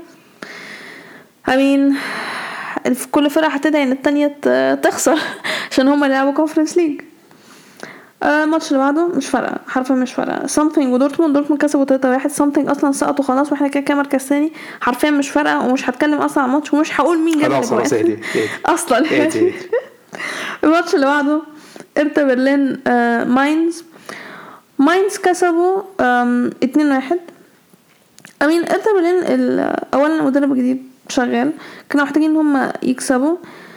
كل فرقه هتدعي ان الثانيه تخسر عشان هما اللي لعبوا كونفرنس ليج. الماتش اللي بعده مش فارقه حرفيا مش فارقه. سامثينج ودورتموند كسبوا 3-1. سامثينج اصلا سقطوا خلاص واحنا كده مركز ثاني. حرفيا مش فارقه ومش هتكلم اصلا عن الماتش ومش هقول مين جاب الاجوان اصلا. الماتش اللي بعده ارتا برلين ماينز كسبوا 2-1. ارتا برلين اولا المدرب الجديد شغال كانوا محتاجين ان هم يكسبوا.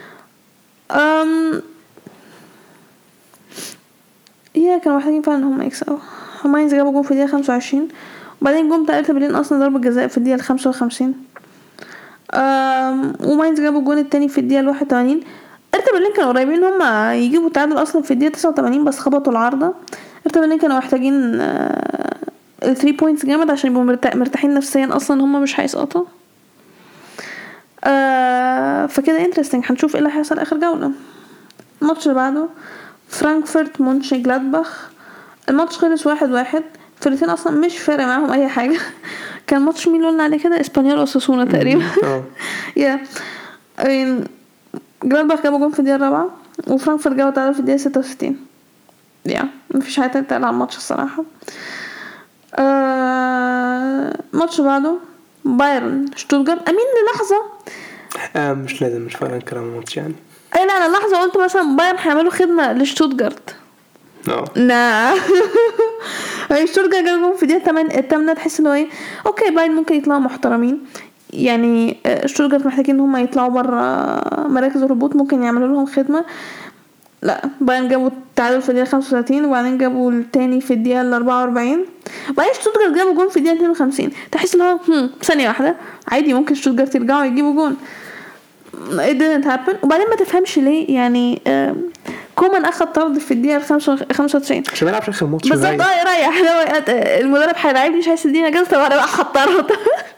كانوا محتاجين فعلا ان هم يكسبوا. ماينز جابوا جون في الدقيقه 25 وبعدين جون بتاع ارتا برلين اصلا ضربه جزاء في الدقيقه 55. وماينز جابوا الجون التاني في الدقيقه 81. ارتا برلين كانوا قريبين ان هم يجيبوا تعادل اصلا في الدقيقه 89 بس خبطوا العارضه. ارتا برلين كانوا محتاجين 3 بوينتس جامد عشان يبقوا مرتاحين نفسيا اصلا هم مش هيسقطوا. فكده انترستينج. هنشوف ايه اللي هيحصل اخر جوله. الماتش اللي بعده فرانكفورت مونشن جلادباخ. الماتش خلص 1-1. الفريقين اصلا مش فارق معاهم اي حاجه. كان ماتش مين اللي قلنا عليه كده؟ اسبانيول وساسونا تقريبا. جلادباخ جابوا جون في الدقيقه 4 وفرانكفورت جابوا تعادل في الدقيقه 66. مفيش حاجه تتقال على الماتش الصراحه. الماتش بعده بايرن شتوتجارت. للحظه مش لازم مش فعلا كلام الماتش يعني. انا لحظه قلت مثلا بايرن هيعملوا خدمه لشتوتجارت. شتوتجارت جابوا في الدقيقه 8 تحس انه ايه اوكي بايرن ممكن يطلعوا محترمين يعني. شتوتجارت محتاجين ان هم يطلعوا بره مراكز الهبوط ممكن يعملوا لهم خدمه. لا بايرن جابوا التعادل في الدقيقه 35 وبعدين جابوا الثاني في الدقيقه 44. وبعدين شتوتجارت جابوا جون في الدقيقه 52. تحس ان هو ثانيه واحده عادي ممكن شتوتجارت يرجعوا يجيبوا جون. it didn't happen. وبعدين ما تفهمش ليه يعني كومان اخذ طرد في الدقيقه 95 عشان يلعب اخر الماتش بالظبط. يريح المدرب هيلاعبني مش هيسدينا جزء. طب انا بقى هطرد.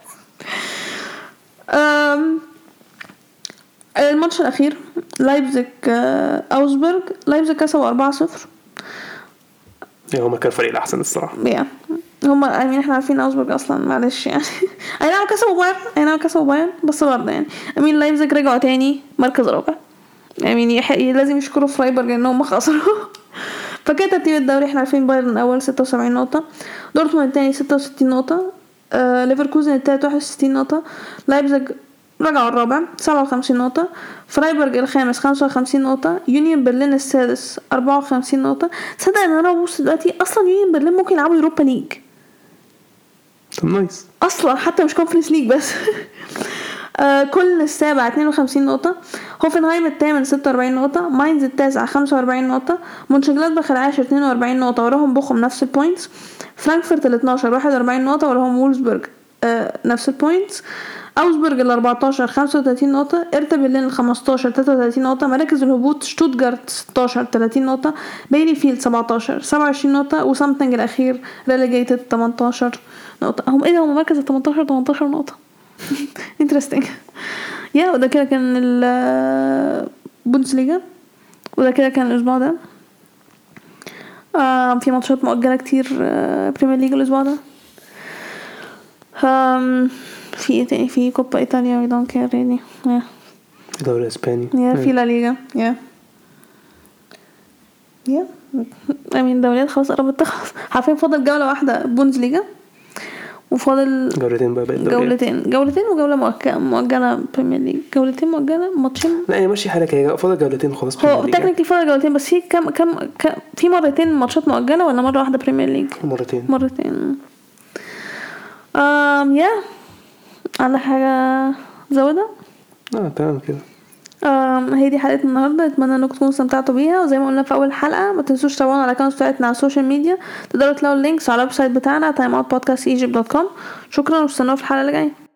الماتش الاخير لايبزيج اوزبرج. لايبزيج كسبوا 4-0. هما كان فريق الاحسن الصراحه. هما احنا عارفين اوزبرج اصلا معلش يعني. كسبوا بايرن بس برضه يعني لايبزيج رجعوا تاني مركز رابع. لازم يشكروا فرايبورغ انهم خسروا. فكده ترتيب الدوري احنا عارفين بايرن اول 76 نقطه. دورتموند الثاني 66 نقطه. ليفركوزن الثالث 61 نقطه. لايبزيج رجعوا الرابع 57 نقطة. فرايبورغ الخامس 55 نقطة. يونيون برلين السادس 54 نقطة. تصدق ان انا ببص دلوقتي اصلا يونيون برلين ممكن يلعبوا يوروبا ليج. طب نايس اصلا حتى مش كونفرنس ليج بس. كل السابع 52 نقطة. هوفنهايم الثامن 46 نقطة. ماينز التاسع 45 نقطة. مونشنجلادباخ العاشر 42 نقطة وراهم بوخم نفس البوينتس. فرانكفورت ال 12 41 نقطة وراهم وولزبرج نفس البوينتس. اوزبرج ال 14 35 نقطة. ارتا برلين ال 15 33 نقطة. مراكز الهبوط شتوتجارت 16 30 نقطة. بيلي فيلد 17 27 نقطة. وسامثينج الاخير ريليجيتد 18 نقطة. هم هم مركز 18 نقطة. interesting. وده كده كان البوندسليغا وده كده كان الاسبوع ده. في ماتشات مؤجلة كتير بريمير ليج الاسبوع ده. في ايه تاني؟ في كوبا ايطاليا وي دونت كير ريلي. في دوري اسباني في لا ليغا دوريات خلاص قربت تخلص. حرفيا فاضل جولة واحدة بوندسليغا وفاضل جولتين بقى جولتين وجولة مؤجلة بريمير ليج. جولتين مؤجلة ماتشين. لا ماشي حالك هي فاضل جولتين خلاص. هو تكنيكلي فاضل جولتين بس في كم في مرتين ماتشات مؤجلة ولا مرة واحدة بريمير ليج؟ مرتين. على حاجة زودة؟ تمام كده. هي دي حلقه النهارده. اتمنى انكم تكونوا استمتعتوا بيها، وزي ما قلنا في اول حلقه ما تنسوش تتابعونا على الاكونت بتاعتنا على السوشيال ميديا. تقدروا تلاقوا اللينكس على الويب سايت بتاعنا timeoutpodcastegypt.com. شكرا واستنونا في الحلقه اللي جايه.